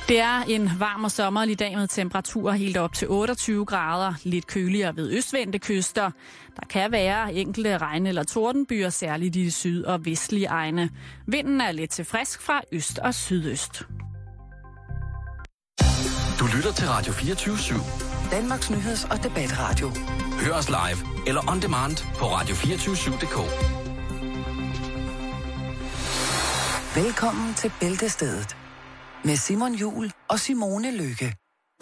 Det er en varm og sommerlig dag med temperaturer helt op til 28 grader. Lidt køligere ved østvendte kyster. Der kan være enkelte regn- eller tordenbyer, særligt i de syd- og vestlige egne. Vinden er lidt til frisk fra øst og sydøst. Du lytter til Radio 24/7. Danmarks nyheds- og debatradio. Hør os live eller on demand på radio247.dk. Velkommen til Bæltestedet med Simon Juhl og Simone Lykke.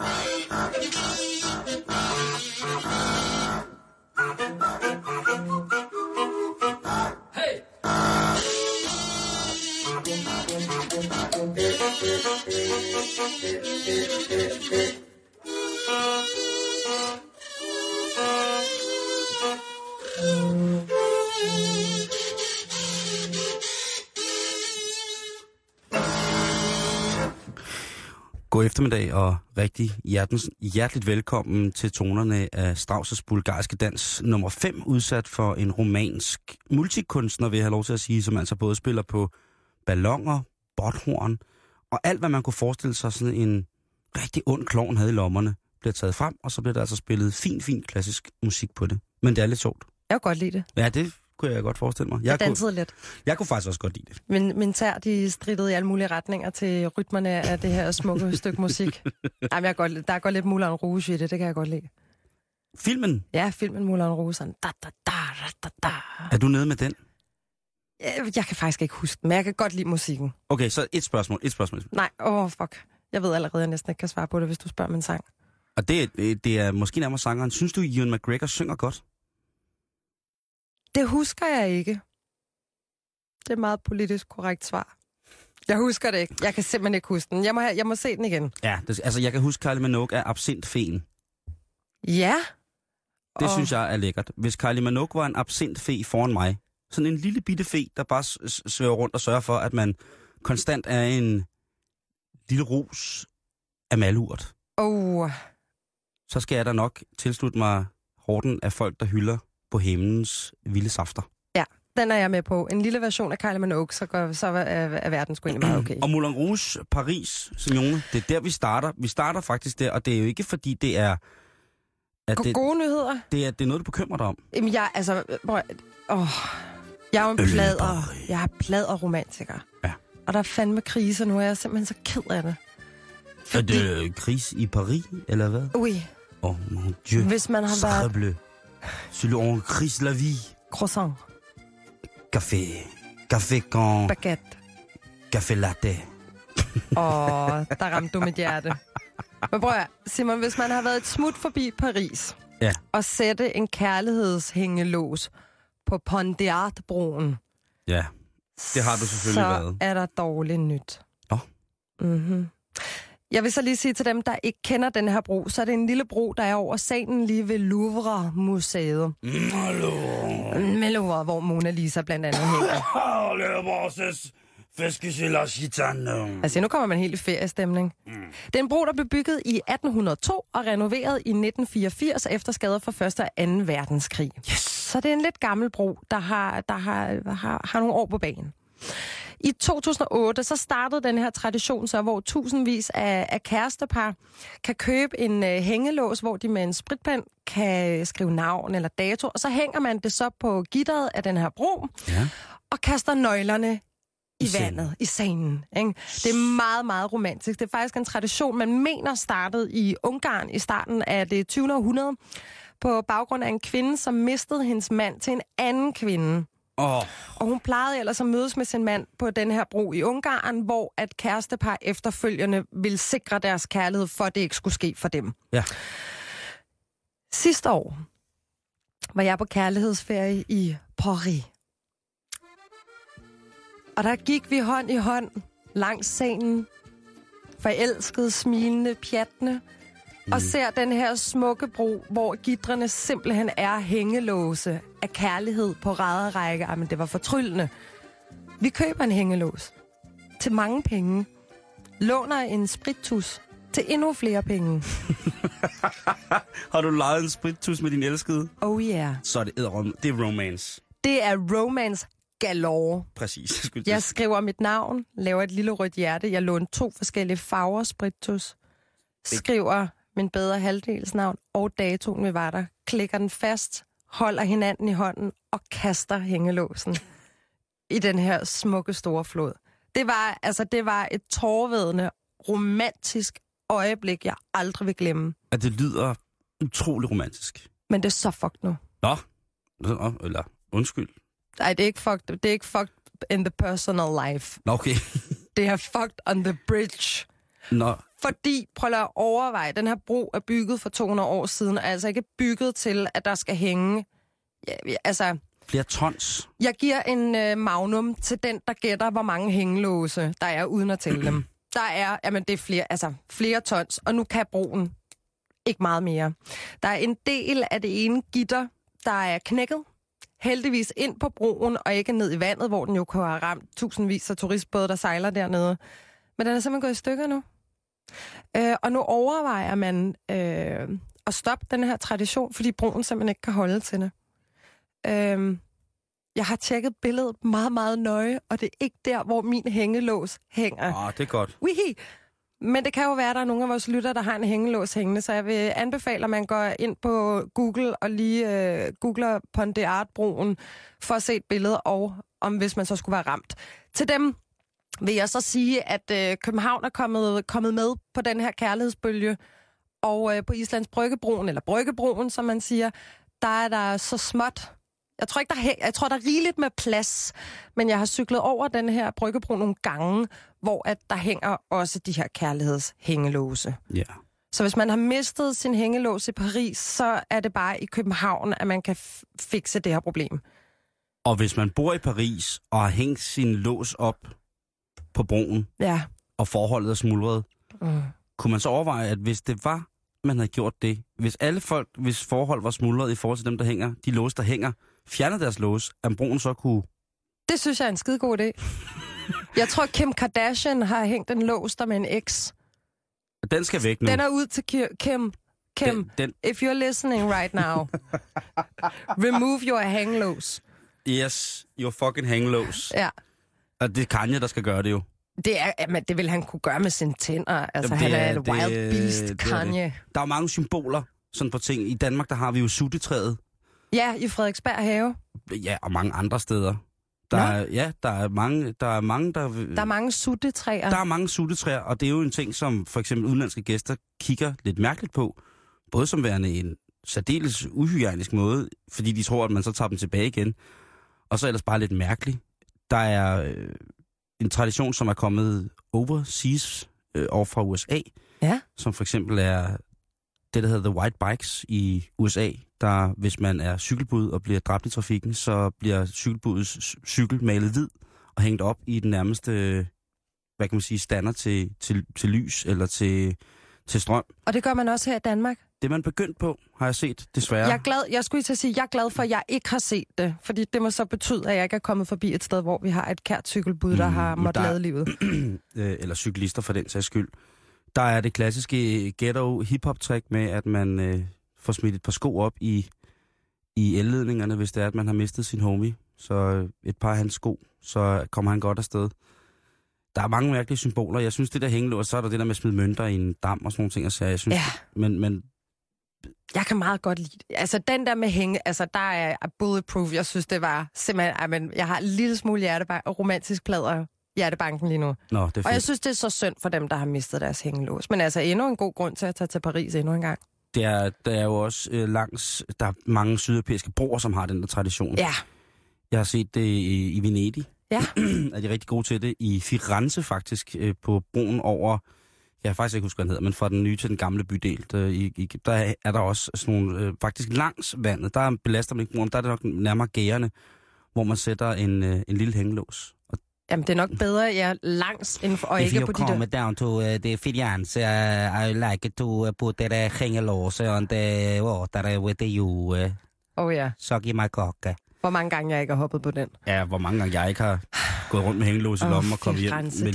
God eftermiddag og rigtig hjerteligt velkommen til tonerne af Strauss' bulgarske dans nummer 5, udsat for en romansk multikunstner, vil jeg have lov til at sige, som altså både spiller på ballonger, botthorn og alt, hvad man kunne forestille sig, sådan en rigtig ond klovn havde i lommerne, bliver taget frem, og så bliver der altså spillet fin klassisk musik på det. Men det er lidt sjovt. Jeg kunne godt lide det. Ja, det kunne jeg godt forestille mig. Jeg dansede lidt. Jeg kunne faktisk også godt lide det. Men min tær, de strittede i alle mulige retninger til rytmerne af det her smukke stykke musik. Jamen, der går lidt Moulin Rouge i det kan jeg godt lide. Filmen? Ja, filmen Moulin Rouge. Sådan, da. Er du nede med den? Jeg kan faktisk ikke huske den, men jeg kan godt lide musikken. Okay, så et spørgsmål. Nej, fuck. Jeg ved allerede, at jeg næsten ikke kan svare på det, hvis du spørger min sang. Og det er måske nærmere sangeren. Synes du, Ewan McGregor synger godt? Det husker jeg ikke. Det er et meget politisk korrekt svar. Jeg husker det ikke. Jeg kan simpelthen ikke huske den. Jeg må se den igen. Ja, jeg kan huske, Kylie Minogue er absintfeen. Ja. Det synes jeg er lækkert. Hvis Kylie Minogue var en absintfe foran mig, sådan en lille bitte fe, der bare svæver rundt og sørger for, at man konstant er en lille rus af malurt. Så skal jeg da nok tilslutte mig horden af folk, der hylder bohemens vilde safter. Ja, den er jeg med på. En lille version af Kylie Minogue, så er verden sgu egentlig meget okay. Og Moulin Rouge, Paris, Simone, det er der, vi starter. Vi starter faktisk der, og det er jo ikke fordi, det er... Gode nyheder. Det er noget, du bekymrer dig om. Jamen, jeg er jo en plader. Jeg er plader-romantiker. Ja. Og der er fandme krise nu, og jeg er simpelthen så ked af det. Fordi... Er det krise i Paris, eller hvad? Oui. Mon Dieu. Hvis man har været... Bleu. C'est en crise la vie. Croissant. Café con... Baguette. Café latte. Der ramte du mit hjerte. Men prøv at, Simon, hvis man har været et smut forbi Paris, ja, og sætte en kærlighedshængelås på Pont d'Art-broen, ja, det har du selvfølgelig været. Så er der dårligt nyt. Mm-hmm. Jeg vil så lige sige til dem, der ikke kender den her bro, så er det en lille bro, der er over Seinen lige ved Louvre-museet. Louvre, hvor Mona Lisa blandt andet hænger. Altså, nu kommer man helt i feriestemning. Det er en bro, der blev bygget i 1802 og renoveret i 1984 efter skader fra 1. og 2. verdenskrig. Yes. Så det er en lidt gammel bro, der har nogle år på banen. I 2008 så startede den her tradition så, hvor tusindvis af kærestepar kan købe en hængelås, hvor de med en spritpen kan skrive navn eller dato, og så hænger man det så på gitteret af den her bro, ja, og kaster nøglerne i vandet, i Seinen. Ikke? Det er meget, meget romantisk. Det er faktisk en tradition, man mener startede i Ungarn i starten af det 20. århundrede, på baggrund af en kvinde, som mistede hendes mand til en anden kvinde. Og hun plejede ellers at mødes med sin mand på den her bro i Ungarn, hvor at kærestepar efterfølgende ville sikre deres kærlighed, for at det ikke skulle ske for dem. Ja. Sidste år var jeg på kærlighedsferie i Paris. Og der gik vi hånd i hånd langs Seinen, forelskede, smilende, pjattende, og ser den her smukke bro, hvor gitrene simpelthen er hængelåse af kærlighed på række. Jamen, det var fortryllende. Vi køber en hængelås til mange penge, låner en sprittus til endnu flere penge. Har du lejet en sprittus med din elskede? Oh yeah. Så er det romance. Det er romance galore. Præcis. Jeg skriver mit navn, laver et lille rødt hjerte. Jeg låner 2 forskellige farver spiritus. Skriver min bedre halvdels navn og datoen, vi var der. Klikker den fast, holder hinanden i hånden og kaster hængelåsen i den her smukke store flod. Det var et tårevædende, romantisk øjeblik, jeg aldrig vil glemme. At det lyder utrolig romantisk. Men det er så fucked nu. Nå, eller undskyld. Nej, det er ikke fucked in the personal life. Nå, okay. Det er fucked on the bridge. Nå. Fordi, prøv at overveje, den her bro er bygget for 200 år siden, og altså ikke bygget til, at der skal hænge... Flere tons. Jeg giver en magnum til den, der gætter, hvor mange hængelåse der er, uden at tælle dem. Der er, det er flere tons, og nu kan broen ikke meget mere. Der er en del af det ene gitter, der er knækket, heldigvis ind på broen, og ikke ned i vandet, hvor den jo kunne have ramt tusindvis af turistbåde, der sejler dernede. Men den er simpelthen gået i stykker nu. Og nu overvejer man at stoppe den her tradition, fordi broen simpelthen ikke kan holde til det. Jeg har tjekket billedet meget, meget nøje, og det er ikke der, hvor min hængelås hænger. Det er godt. Wihi. Men det kan jo være, at der er nogle af vores lytter, der har en hængelås hængende, så jeg vil anbefale, at man går ind på Google og lige googler Pont des Arts-broen for at se et billede, og om hvis man så skulle være ramt. Til dem vil jeg så sige, at København er kommet med på den her kærlighedsbølge, og på Islands Bryggebroen, eller Bryggebroen, som man siger, der er der så småt. Jeg tror, der er rigeligt med plads, men jeg har cyklet over den her Bryggebro nogle gange, hvor at der hænger også de her kærlighedshængelåse. Ja. Så hvis man har mistet sin hængelås i Paris, så er det bare i København, at man kan fikse det her problem. Og hvis man bor i Paris og har hængt sin lås op på broen, ja, og forholdet er smuldret, kunne man så overveje, at hvis det var, man havde gjort det, hvis alle folk, hvis forhold var smuldret i forhold til dem, der hænger, de låse, der hænger, fjernede deres lås, at broen så kunne... Det synes jeg er en skidegod idé. Jeg tror, Kim Kardashian har hængt en lås der med en eks. Den skal væk nu. Den er ud til Kim. Den... If you're listening right now, remove your hængelås. Yes, your fucking hængelås. Ja. Og det er Kanye, der skal gøre det jo. Det vil han kunne gøre med sine tænder. Altså, han er et wild beast, Kanye. Der er mange symboler sådan på ting. I Danmark, der har vi jo suttetræet. Ja, i Frederiksberg Have. Ja, og mange andre steder. Der er mange suttetræer. Der er mange suttetræer, og det er jo en ting, som for eksempel udenlandske gæster kigger lidt mærkeligt på. Både som værende en særdeles uhygienisk måde, fordi de tror, at man så tager dem tilbage igen. Og så ellers bare lidt mærkeligt. Der er en tradition, som er kommet overseas over fra USA. Ja. Som for eksempel er det, der hedder The White Bikes i USA. Der, hvis man er cykelbud og bliver dræbt i trafikken, så bliver cykelbudets cykel malet hvid og hængt op i den nærmeste, hvad kan man sige, stander til lys eller til strøm. Og det gør man også her i Danmark? Det er man begyndt på, har jeg set, desværre. Jeg skulle til at sige, jeg er glad for, at jeg ikke har set det. Fordi det må så betyde, at jeg ikke er kommet forbi et sted, hvor vi har et kært cykelbud, der har måttet lade livet. Eller cyklister for den sags skyld. Der er det klassiske ghetto hip-hop-trick med, at man får smidt et par sko op i elledningerne, hvis det er, at man har mistet sin homie. Så et par af hans sko, så kommer han godt afsted. Der er mange mærkelige symboler. Jeg synes, det der hængelås, så er der det der med at smide mønter i en dam og sådan nogle ting. Så jeg synes, men jeg kan meget godt lide det. Altså, den der med hænge, altså, der er bulletproof. Jeg synes, det var simpelthen... jeg har en lille smule romantisk plader hjertebanken lige nu. Nå, det er og jeg synes, det er så synd for dem, der har mistet deres hængelås. Men altså, endnu en god grund til at tage til Paris endnu en gang. Der er jo også der er mange sydeuropæiske broer, som har den der tradition. Ja. Jeg har set det i Venedig. Ja. Er de rigtig gode til det. I Firenze faktisk, på broen over... Jeg har faktisk ikke husket, hvad den hedder, men fra den nye til den gamle bydel, der er der også sådan nogle... faktisk langs vandet, der belaster man ikke broen, der er det nok nærmere gærerne, hvor man sætter en lille hængelås. Jamen, det er nok bedre, langs og ikke på de der... If you come down to the Firenze, I like to put the hængelås on the water with you. Suck i my cock. Hvor mange gange jeg ikke har hoppet på den. Ja, hvor mange gange jeg ikke har gået rundt med hængelås i lommen og kommet hjem med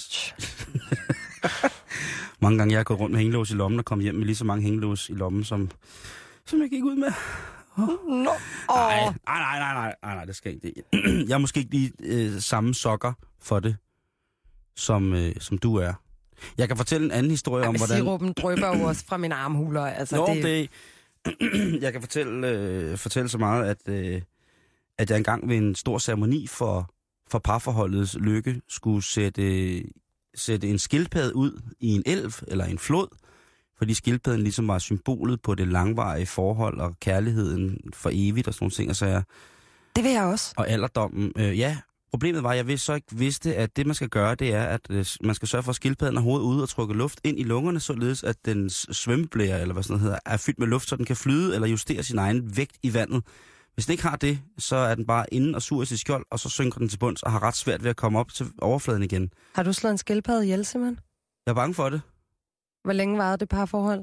mange gange jeg har gået rundt med hængelås i lommen og kommet hjem med lige så mange hængelås i lommen, som jeg gik ud med Nej, det skal ikke det. Jeg er måske ikke lige samme sokker for det, som du er. Jeg kan fortælle en anden historie om, hvordan... Sirupen drypper jo også fra mine armhuler. Altså, Jeg kan fortælle så meget, at jeg engang ved en stor ceremoni for parforholdets lykke skulle sætte en skildpadde ud i en elv eller en flod, fordi skildpadden ligesom var symbolet på det langvarige forhold og kærligheden for evigt og sådan nogle ting. Og så det vil jeg også. Og alderdommen. Problemet var, at jeg så ikke vidste, at det man skal gøre, det er, at man skal sørge for, at skildpadden har hovedet ude og trykke luft ind i lungerne, således at dens svømmeblære, eller hvad sådan noget hedder, er fyldt med luft, så den kan flyde eller justere sin egen vægt i vandet. Hvis den ikke har det, så er den bare inde og sur i sit skjold, og så synker den til bunds og har ret svært ved at komme op til overfladen igen. Har du slået en skildpadde ihjel, Simon? Jeg er bange for det. Hvor længe varede det parforhold?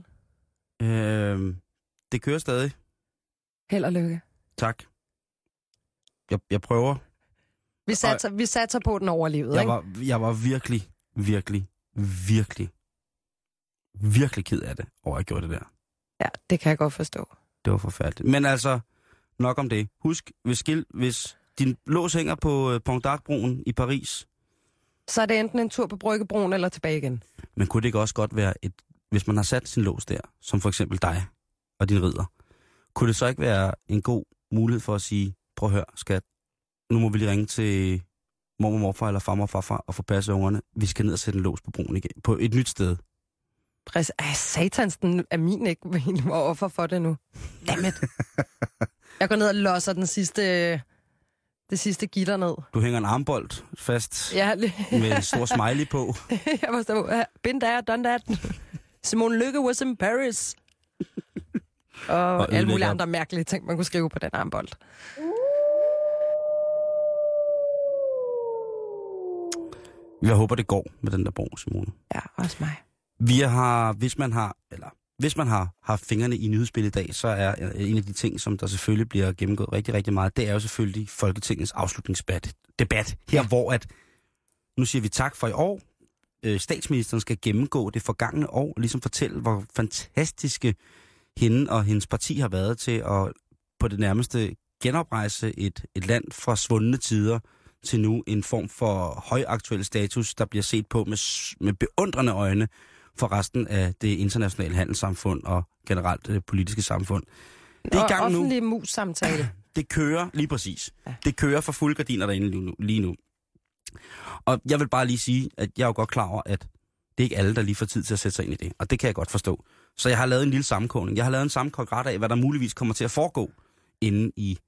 Det kører stadig. Held og lykke. Tak. Jeg prøver. Vi satser på den overlevede, ikke? Jeg var virkelig ked af det, over at jeg gjorde det der. Ja, det kan jeg godt forstå. Det var forfærdeligt. Men altså, nok om det. Husk, hvis din lås hænger på Pont d'Arc-broen i Paris... Så er det enten en tur på Bryggebroen eller tilbage igen. Men kunne det ikke også godt være, hvis man har sat sin lås der, som for eksempel dig og din ridder, kunne det så ikke være en god mulighed for at sige, prøv at høre, skat, nu må vi lige ringe til mormor, morfar eller farmor og farfar og få passet ungerne. Vi skal ned og sætte en lås på broen igen, på et nyt sted. Satans, den er min ikke, hvor offer for det nu. Dammit. Jeg går ned og losser det sidste gitter ned. Du hænger en armbold fast med en stor smiley på. Jeg må stå, been there, done that. Simon Lykke was in Paris. Og alle mulige andre mærkelige ting, man kunne skrive på den armbold. Jeg håber, det går med den der bro, Simone. Ja, også mig. Hvis man har haft fingrene i nyhedsbilledet i dag, så er en af de ting, som der selvfølgelig bliver gennemgået rigtig, rigtig meget, det er jo selvfølgelig Folketingets afslutningsdebat. Her, hvor at, nu siger vi tak for i år. Statsministeren skal gennemgå det forgangne år, og ligesom fortælle, hvor fantastiske hende og hendes parti har været til at på det nærmeste genoprejse et land fra svundne tider til nu en form for højaktuel status, der bliver set på med beundrende øjne for resten af det internationale handelssamfund og generelt det politiske samfund. Det er i gang nu. Offentlig mus-samtale. Det kører lige præcis. Ja. Det kører for fulde gardiner derinde lige nu. Og jeg vil bare lige sige, at jeg er jo godt klar over, at det er ikke alle, der lige får tid til at sætte sig ind i det. Og det kan jeg godt forstå. Så jeg har lavet en lille sammenkogning. Jeg har lavet en sammenkogning af, hvad der muligvis kommer til at foregå inde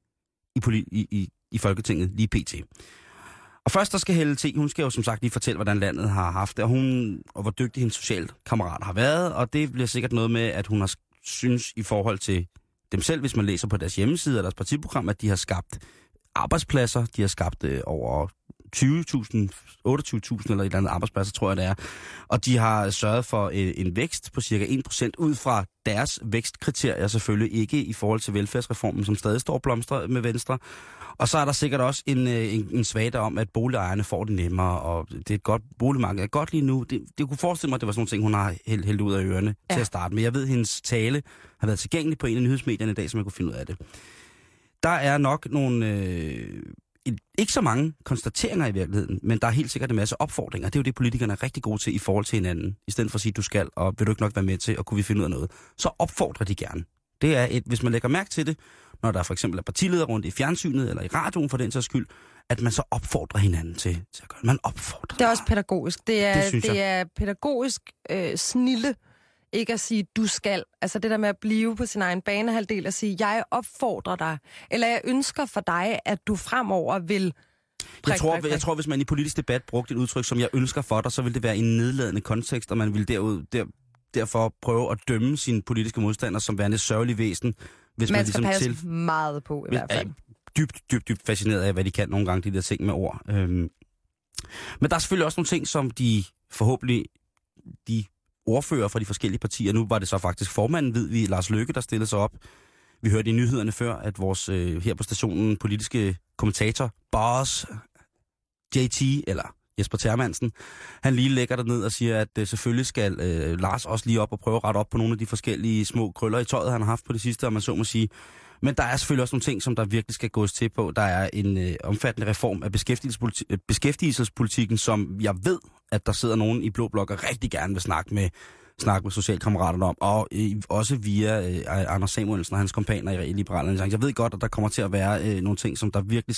i Folketinget lige pt. Og først der skal Helle T., hun skal jo som sagt lige fortælle, hvordan landet har haft det, og hvor dygtig hendes socialkammerater har været, og det bliver sikkert noget med, at hun har synes i forhold til dem selv, hvis man læser på deres hjemmeside og deres partiprogram, at de har skabt arbejdspladser, de har skabt over 20.000, 28.000 eller et eller andet arbejdspladser, tror jeg det er, og de har sørget for en vækst på cirka 1% ud fra deres vækstkriterier, selvfølgelig ikke i forhold til velfærdsreformen, som stadig står blomster med Venstre. Og så er der sikkert også en svaghed om, at boligejerne får det nemmere, og det er et godt boligmarked er godt lige nu. Det kunne forestille mig, at det var sådan nogle ting, hun har hældt ud af ørerne til at starte med. Jeg ved, at hendes tale har været tilgængelig på en af nyhedsmedierne i dag, som jeg kunne finde ud af det. Der er nok nogle... ikke så mange konstateringer i virkeligheden, men der er helt sikkert en masse opfordringer. Det er jo det, politikerne er rigtig gode til i forhold til hinanden. I stedet for at sige, du skal, og vil du ikke nok være med til, og kunne vi finde ud af noget, så opfordrer de gerne. Det er hvis man lægger mærke til det, når der for eksempel er partileder rundt i fjernsynet eller i radioen for den sags skyld, at man så opfordrer hinanden til at gøre det. Man opfordrer. Det er også pædagogisk. Det er pædagogisk snilde, ikke at sige, du skal. Altså det der med at blive på sin egen banehalvdel og sige, jeg opfordrer dig, eller jeg ønsker for dig, at du fremover vil... Jeg tror, hvis man i politisk debat brugte et udtryk, som jeg ønsker for dig, så vil det være i en nedladende kontekst, og man vil derfor prøve at dømme sine politiske modstandere som værende sørgelig væsen. Hvis man skal ligesom passe meget på i hvert fald. Dybt fascineret af, hvad de kan nogle gange, de der ting med ord. Men der er selvfølgelig også nogle ting, som de ordfører fra de forskellige partier, nu var det så faktisk formanden, ved vi, Lars Løkke, der stillede sig op. Vi hørte i nyhederne før, at vores her på stationen politiske kommentator, boss, JT, eller Jesper Termansen, han lige lægger det ned og siger, at selvfølgelig skal Lars også lige op og prøve at rette op på nogle af de forskellige små krøller i tøjet, han har haft på det sidste, og man så må sige. Men der er selvfølgelig også nogle ting, som der virkelig skal gås til på. Der er en omfattende reform af beskæftigelsespolitikken, som jeg ved, at der sidder nogen i Blå Blok og rigtig gerne vil snakke med socialkammeraterne om, og også via Anders Samuelsen og hans kompaner i Liberal Alliance. Jeg ved godt, at der kommer til at være nogle ting, som der virkelig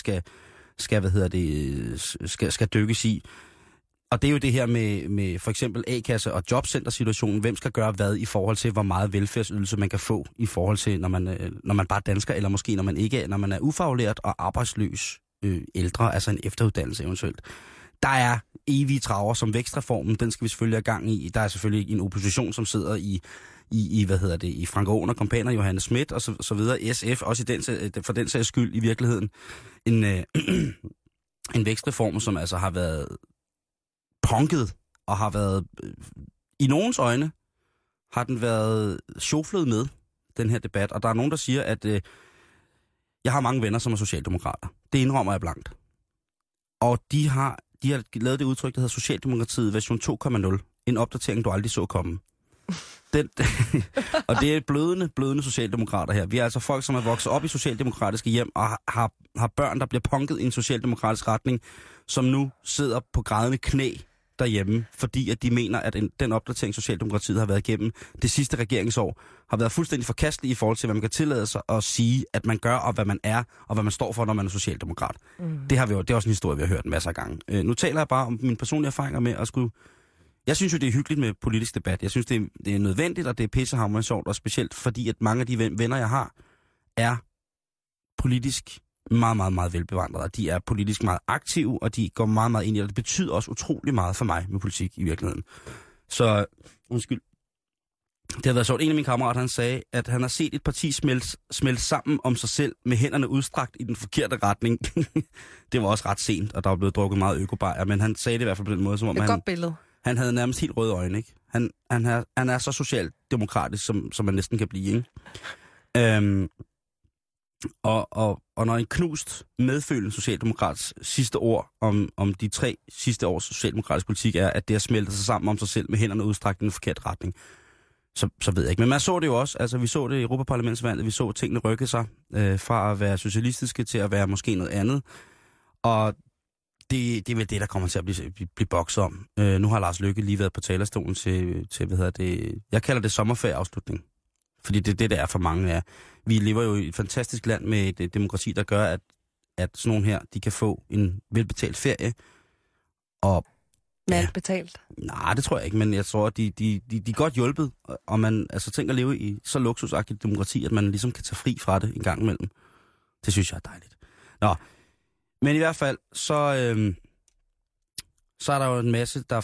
skal dykkes i. Og det er jo det her med for eksempel A-kasse og jobcentersituationen. Hvem skal gøre hvad i forhold til, hvor meget velfærdsydelse man kan få i forhold til, når man bare er dansker, eller måske når man ikke er, når man er ufaglært og arbejdsløs ældre, altså en efteruddannelse eventuelt. Der er evige traver som vækstreformen, den skal vi selvfølgelig have gang i. Der er selvfølgelig en opposition, som sidder i Frank Aaen og kompaner, Johannes Schmidt og så videre. SF også for den sags skyld i virkeligheden. En vækstreform, som altså har været punket og har været, i nogens øjne, har den været sjoflet med, den her debat. Og der er nogen, der siger, at jeg har mange venner, som er socialdemokrater. Det indrømmer jeg blankt. Og de har lavet det udtryk, der hedder Socialdemokratiet version 2.0. En opdatering, du aldrig så komme. Og det er blødende socialdemokrater her. Vi er altså folk, som er vokset op i socialdemokratiske hjem og har børn, der bliver punket i en socialdemokratisk retning, som nu sidder på grædende knæ derhjemme, fordi at de mener, at den opdatering, Socialdemokratiet har været igennem det sidste regeringsår, har været fuldstændig forkastelig i forhold til, hvad man kan tillade sig at sige, at man gør, og hvad man er, og hvad man står for, når man er socialdemokrat. Det er også en historie, vi har hørt en masse af gange. Nu taler jeg bare om mine personlige erfaringer med at skulle... Jeg synes jo, det er hyggeligt med politisk debat. Jeg synes, det er nødvendigt, og det er pissehamrende sjovt, og specielt fordi, at mange af de venner, jeg har, er politisk meget, meget, meget velbevandrede. De er politisk meget aktive, og de går meget, meget ind i det. Det betyder også utrolig meget for mig med politik i virkeligheden. Så, undskyld. Det har været sjovt. En af mine kammerater, han sagde, at han har set et parti smelte sammen om sig selv med hænderne udstrakt i den forkerte retning. Det var også ret sent, og der var blevet drukket meget økobajer, men han sagde det i hvert fald på den måde, som om godt billede. Han havde nærmest helt røde øjne, ikke? Han er så socialdemokratisk, som man næsten kan blive, ikke? Og når en knust, medfølende socialdemokrats sidste ord om de 3 sidste års socialdemokratisk politik er, at det har smeltet sig sammen om sig selv med hænderne udstrakt i den forkerte retning, så ved jeg ikke. Men man så det jo også, altså vi så det i Europaparlamentsvalget, vi så tingene rykke sig fra at være socialistiske til at være måske noget andet. Og det er vel det, der kommer til at blive bokset om. Nu har Lars Løkke lige været på talerstolen til jeg kalder det sommerferieafslutning. Fordi det er det, er for mange af. Vi lever jo i et fantastisk land med et demokrati, der gør, at sådan nogle her, de kan få en velbetalt ferie. Og malbetalt? Nej, det tror jeg ikke, men jeg tror, at de er godt hjulpet. Og man altså tænker at leve i så luksusagtigt demokrati, at man ligesom kan tage fri fra det en gang imellem. Det synes jeg er dejligt. Nå, men i hvert fald, så er der jo en masse, der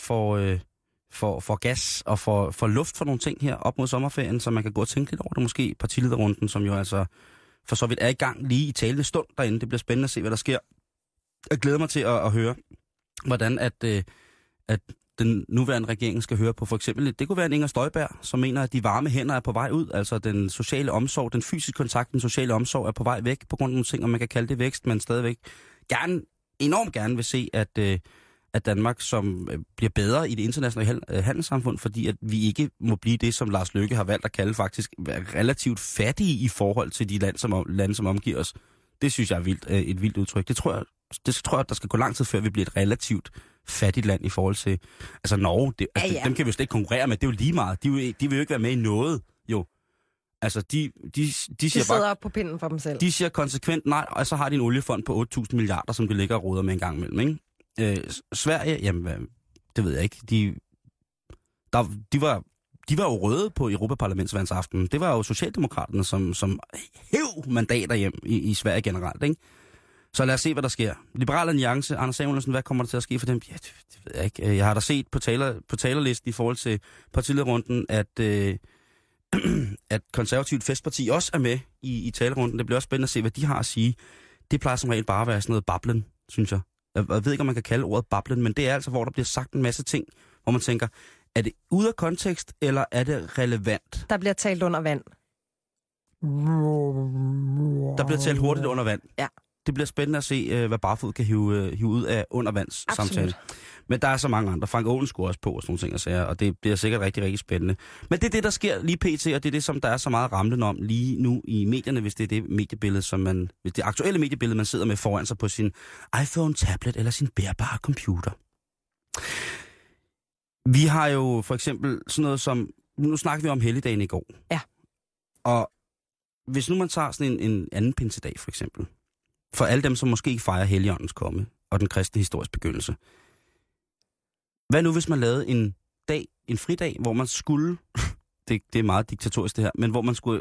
får gas og får luft for nogle ting her op mod sommerferien, så man kan gå og tænke lidt over det. Måske partilederrunden, som jo altså for så vidt er i gang lige i talende stund derinde. Det bliver spændende at se, hvad der sker. Jeg glæder mig til at høre, hvordan at den nuværende regering skal høre på for eksempel, det kunne være en Inger Støjberg, som mener, at de varme hænder er på vej ud, altså den sociale omsorg, den fysiske kontakt, den sociale omsorg er på vej væk på grund af nogle ting, og man kan kalde det vækst, men stadigvæk enormt gerne vil se, at Danmark som bliver bedre i det internationale handelssamfund, fordi at vi ikke må blive det, som Lars Løkke har valgt at kalde faktisk relativt fattige i forhold til de lande, som omgiver os. Det synes jeg er et vildt udtryk. Det tror jeg, at der skal gå lang tid, før vi bliver et relativt fattigt land i forhold til... Altså Norge, dem kan vi jo slet ikke konkurrere med. Det er jo lige meget. De vil jo ikke være med i noget, jo. Altså, de siger sidder op på pinden for dem selv. De siger konsekvent nej, og så har de en oliefond på 8.000 milliarder, som de ligger og roder med en gang imellem, ikke? Sverige, jamen, det ved jeg ikke. De var jo røde på Europaparlamentsvalgsaften. Det var jo Socialdemokraterne, som hæv mandater hjem i Sverige generelt, ikke? Så lad os se, hvad der sker. Liberal Alliance, Anders Samuelsen, hvad kommer der til at ske for dem? Ja, det ved jeg ikke. Jeg har da set på talerlisten i forhold til partilederrunden, at Konservativt Festparti også er med i talerrunden. Det bliver også spændende at se, hvad de har at sige. Det plejer som regel bare at være sådan noget bablen, synes jeg. Jeg ved ikke, om man kan kalde ordet bablen, men det er altså, hvor der bliver sagt en masse ting, hvor man tænker, er det ude af kontekst, eller er det relevant? Der bliver talt under vand. Der bliver talt hurtigt under vand? Ja. Det bliver spændende at se, hvad Barfod kan hive ud af undervandssamtale. Men der er så mange andre. Frank Aaen skulle også på og sådan nogle ting, og det bliver sikkert rigtig, rigtig spændende. Men det er det, der sker lige pt, og det er det, som der er så meget ramlen om lige nu i medierne, hvis det er det mediebillede, hvis det aktuelle mediebillede, man sidder med foran sig på sin iPhone, tablet eller sin bærbare computer. Vi har jo for eksempel sådan noget som, nu snakker vi om helligdagen i går. Ja. Og hvis nu man tager sådan en anden pinsedag for eksempel, for alle dem, som måske ikke fejrer Helligåndens komme og den kristne historis begyndelse. Hvad nu, hvis man lavede en fridag, hvor man skulle, det er meget diktatorisk det her, men hvor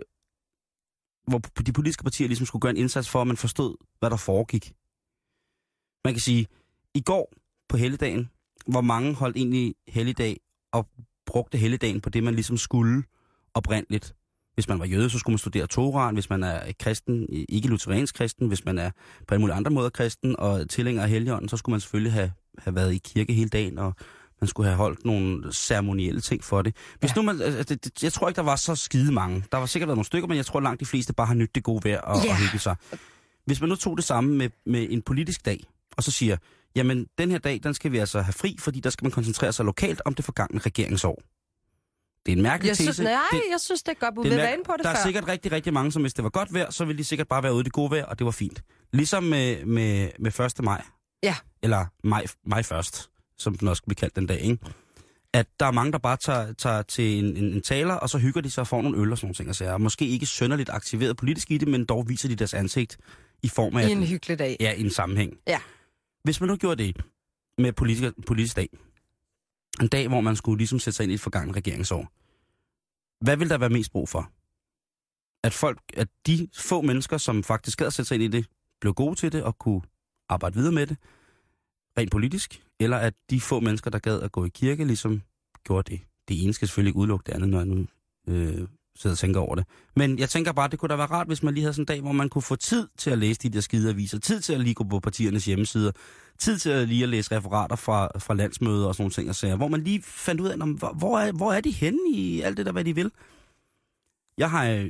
de politiske partier ligesom skulle gøre en indsats for, at man forstod, hvad der foregik. Man kan sige, i går på helligdagen, hvor mange holdt egentlig helligdag og brugte helligdagen på det, man ligesom skulle oprindeligt. Hvis man var jøde, så skulle man studere Toraen. Hvis man er kristen, ikke lutheransk kristen, hvis man er på alle mulige andre måder kristen og tilhænger af Helligånden, så skulle man selvfølgelig have været i kirke hele dagen, og man skulle have holdt nogle ceremonielle ting for det. Hvis nu jeg tror ikke, der var så skide mange. Der var sikkert været nogle stykker, men jeg tror langt de fleste bare har nydt det gode vejr og hygge sig. Hvis man nu tog det samme med en politisk dag, og så siger, jamen den her dag, den skal vi altså have fri, fordi der skal man koncentrere sig lokalt om det forgangne regeringsår. Det er en mærkelig tese. Jeg synes, det er godt, vi vil være inde på det der før. Der er sikkert rigtig, rigtig mange, som hvis det var godt vejr, så ville de sikkert bare være ude i det gode vejr, og det var fint. Ligesom med 1. maj. Ja. Eller maj først, som den også bliver kaldt den dag, ikke? At der er mange, der bare tager til en taler, og så hygger de sig og får nogle øl og sådan nogle ting. Altså, måske ikke synderligt aktiveret politisk i det, men dog viser de deres ansigt i form af... I en hyggelig dag. Ja, i en sammenhæng. Ja. Hvis man nu gjorde det med politisk dag, en dag, hvor man skulle ligesom sætte sig ind i et forgangen regeringsår, hvad vil der være mest brug for? At de få mennesker, som faktisk gad at sætte sig ind i det, blev gode til det og kunne arbejde videre med det, rent politisk, eller at de få mennesker, der gad at gå i kirke, ligesom gjorde det. Det ene skal selvfølgelig ikke udelukke det andet, når jeg nu sidder og tænker over det. Men jeg tænker bare, det kunne da være rart, hvis man lige havde sådan en dag, hvor man kunne få tid til at læse de der skide aviser, tid til at lige gå på partiernes hjemmesider, tid til at lige at læse referater fra landsmøder og sådan nogle ting og sager, hvor man lige fandt ud af, hvor er de henne i alt det der, hvad de vil. Jeg har...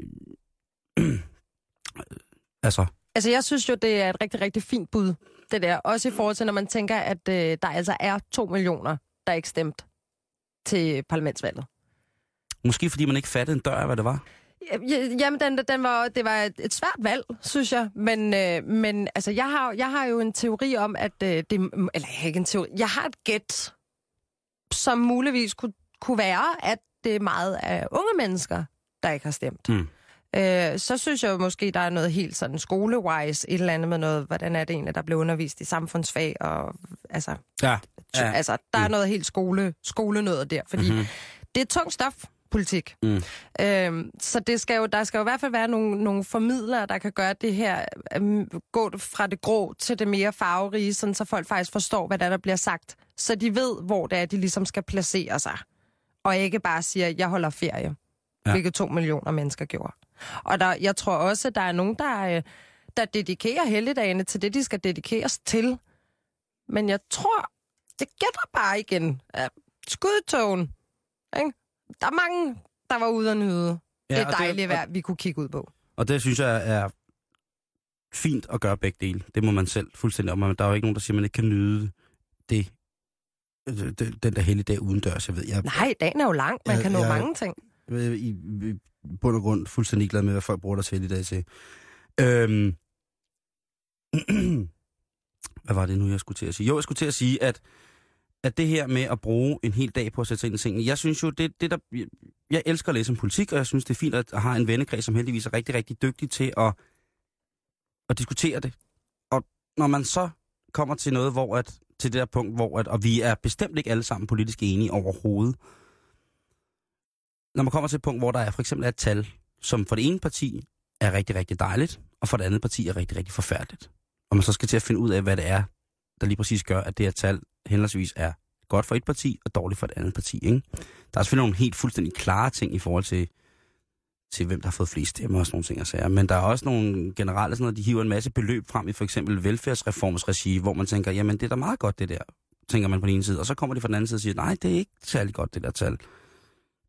Altså, jeg synes jo, det er et rigtig, rigtig fint bud, det der. Også i forhold til, når man tænker, at der altså er 2 millioner, der ikke stemt til parlamentsvalget. Måske fordi man ikke fattede en dør af, hvad det var? Jamen, det var et svært valg, synes jeg. Men altså, jeg har jo en teori om, at jeg har et gæt, som muligvis kunne være, at det er meget af unge mennesker, der ikke har stemt. Så synes jeg jo måske, der er noget helt sådan skole-wise, et eller andet med noget, hvordan er det egentlig, der blev undervist i samfundsfag, og altså, der er noget helt skolenødder der, fordi det er tungt stof, politik. Så der skal jo i hvert fald være nogle formidlere, der kan gøre det her, gå fra det grå til det mere farverige, sådan så folk faktisk forstår, hvad der bliver sagt, så de ved, hvor det er, de ligesom skal placere sig, og ikke bare siger, jeg holder ferie, hvilket 2 millioner mennesker gjorde. Og jeg tror også, der er nogen, der dedikerer helligdagene til det, de skal dedikeres til. Men jeg tror, det gætter bare igen. Skudtogen. Ikke? Der er mange, der var ude og nyde det dejlige vejr, vi kunne kigge ud på. Og det synes jeg er fint at gøre begge dele. Det må man selv fuldstændig om. Der er jo ikke nogen, der siger, at man ikke kan nyde den der helligdag udendørs. Nej, dagen er jo lang. Man kan nå mange ting. I bund og grund fuldstændig glad med, hvad folk bruger der til i dag til. Hvad var det nu, jeg skulle til at sige? Jo, jeg skulle til at sige, at det her med at bruge en hel dag på at sætte sig ind i tingene, jeg synes jo, jeg elsker at læse om politik, og jeg synes, det er fint at have en vennekreds, som heldigvis er rigtig, rigtig dygtig til at diskutere det. Og når man så kommer til noget, til det der punkt, og vi er bestemt ikke alle sammen politisk enige overhovedet, når man kommer til et punkt, hvor der for eksempel er et tal, som for det ene parti er rigtig, rigtig dejligt, og for det andet parti er rigtig, rigtig forfærdeligt. Og man så skal til at finde ud af, hvad det er, der lige præcis gør, at det her tal henholdsvis er godt for et parti og dårligt for et andet parti. Ikke? Der er selvfølgelig nogle helt fuldstændig klare ting i forhold til hvem der har fået flest stemmer og sådan nogle ting at sige. Men der er også nogle generelle sådan noget, de hiver en masse beløb frem i for eksempel velfærdsreformsregi, hvor man tænker, jamen det er da meget godt det der, tænker man på den ene side. Og så kommer de fra den anden side og siger, nej, det er ikke særlig godt det der tal.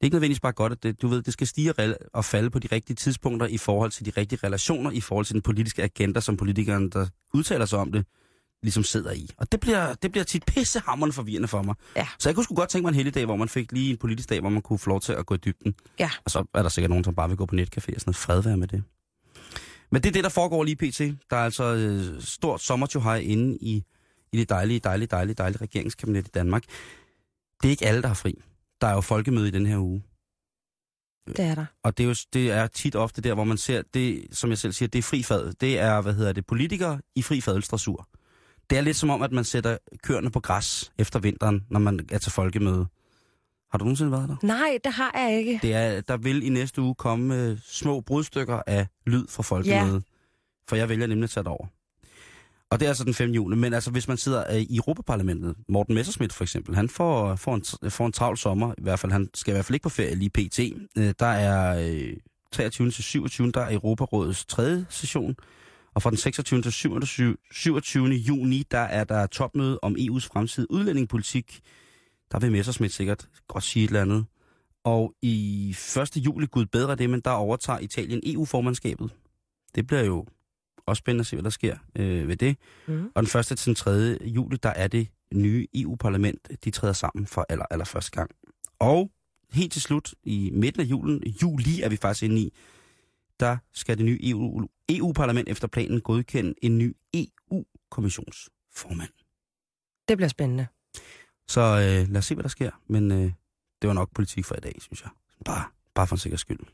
er ikke nødvendigvis bare godt, at det skal stige og falde på de rigtige tidspunkter i forhold til de rigtige relationer, i forhold til den politiske agenda, som politikerne, der udtaler sig om det, ligesom sidder i. Og det bliver tit pissehammerende forvirrende for mig. Ja. Så jeg kunne sgu godt tænke mig en heldig dag, hvor man fik lige en politisk dag, hvor man kunne få lov til at gå i dybden. Ja. Og så er der sikkert nogen, som bare vil gå på netcafé og sådan noget. Fred være med det. Men det er det, der foregår lige pt. Der er altså stort sommertjuhej inde i det dejlige regeringskabinet i Danmark. Det er ikke alle, der har fri. Der er jo folkemøde i den her uge. Det er der. Og det er tit ofte der, hvor man ser det, som jeg selv siger, det er fri fad. Det er, politikere i fri fadelsdrassur. Det er lidt som om, at man sætter køerne på græs efter vinteren, når man er til folkemøde. Har du nogensinde været der? Nej, det har jeg ikke. Der vil i næste uge komme små brudstykker af lyd fra folkemødet. Ja. For jeg vælger nemlig at tage det over. Og det er altså den 5. juni. Men altså, hvis man sidder i Europaparlamentet, Morten Messerschmidt for eksempel, han får en travl sommer. I hvert fald, han skal i hvert fald ikke på ferie lige pt. Der er 23. til 27. der er Europarådets 3. session. Og fra den 26. til 27. juni, der er der topmøde om EU's fremtidige udlændingepolitik. Der vil Messerschmidt sikkert godt sige et eller andet. Og i 1. juli, gud bedre det, men der overtager Italien EU-formandskabet. Det bliver jo også spændende at se, hvad der sker ved det. Mm. Og den 1. til den 3. juli, der er det nye EU-parlament, de træder sammen for allerførste gang. Og helt til slut, i midten af juli er vi faktisk inde i, der skal det nye EU-parlament efter planen godkende en ny EU-kommissionsformand. Det bliver spændende. Så lad os se, hvad der sker. Men det var nok politik for i dag, synes jeg. Bare for en sikker skyld.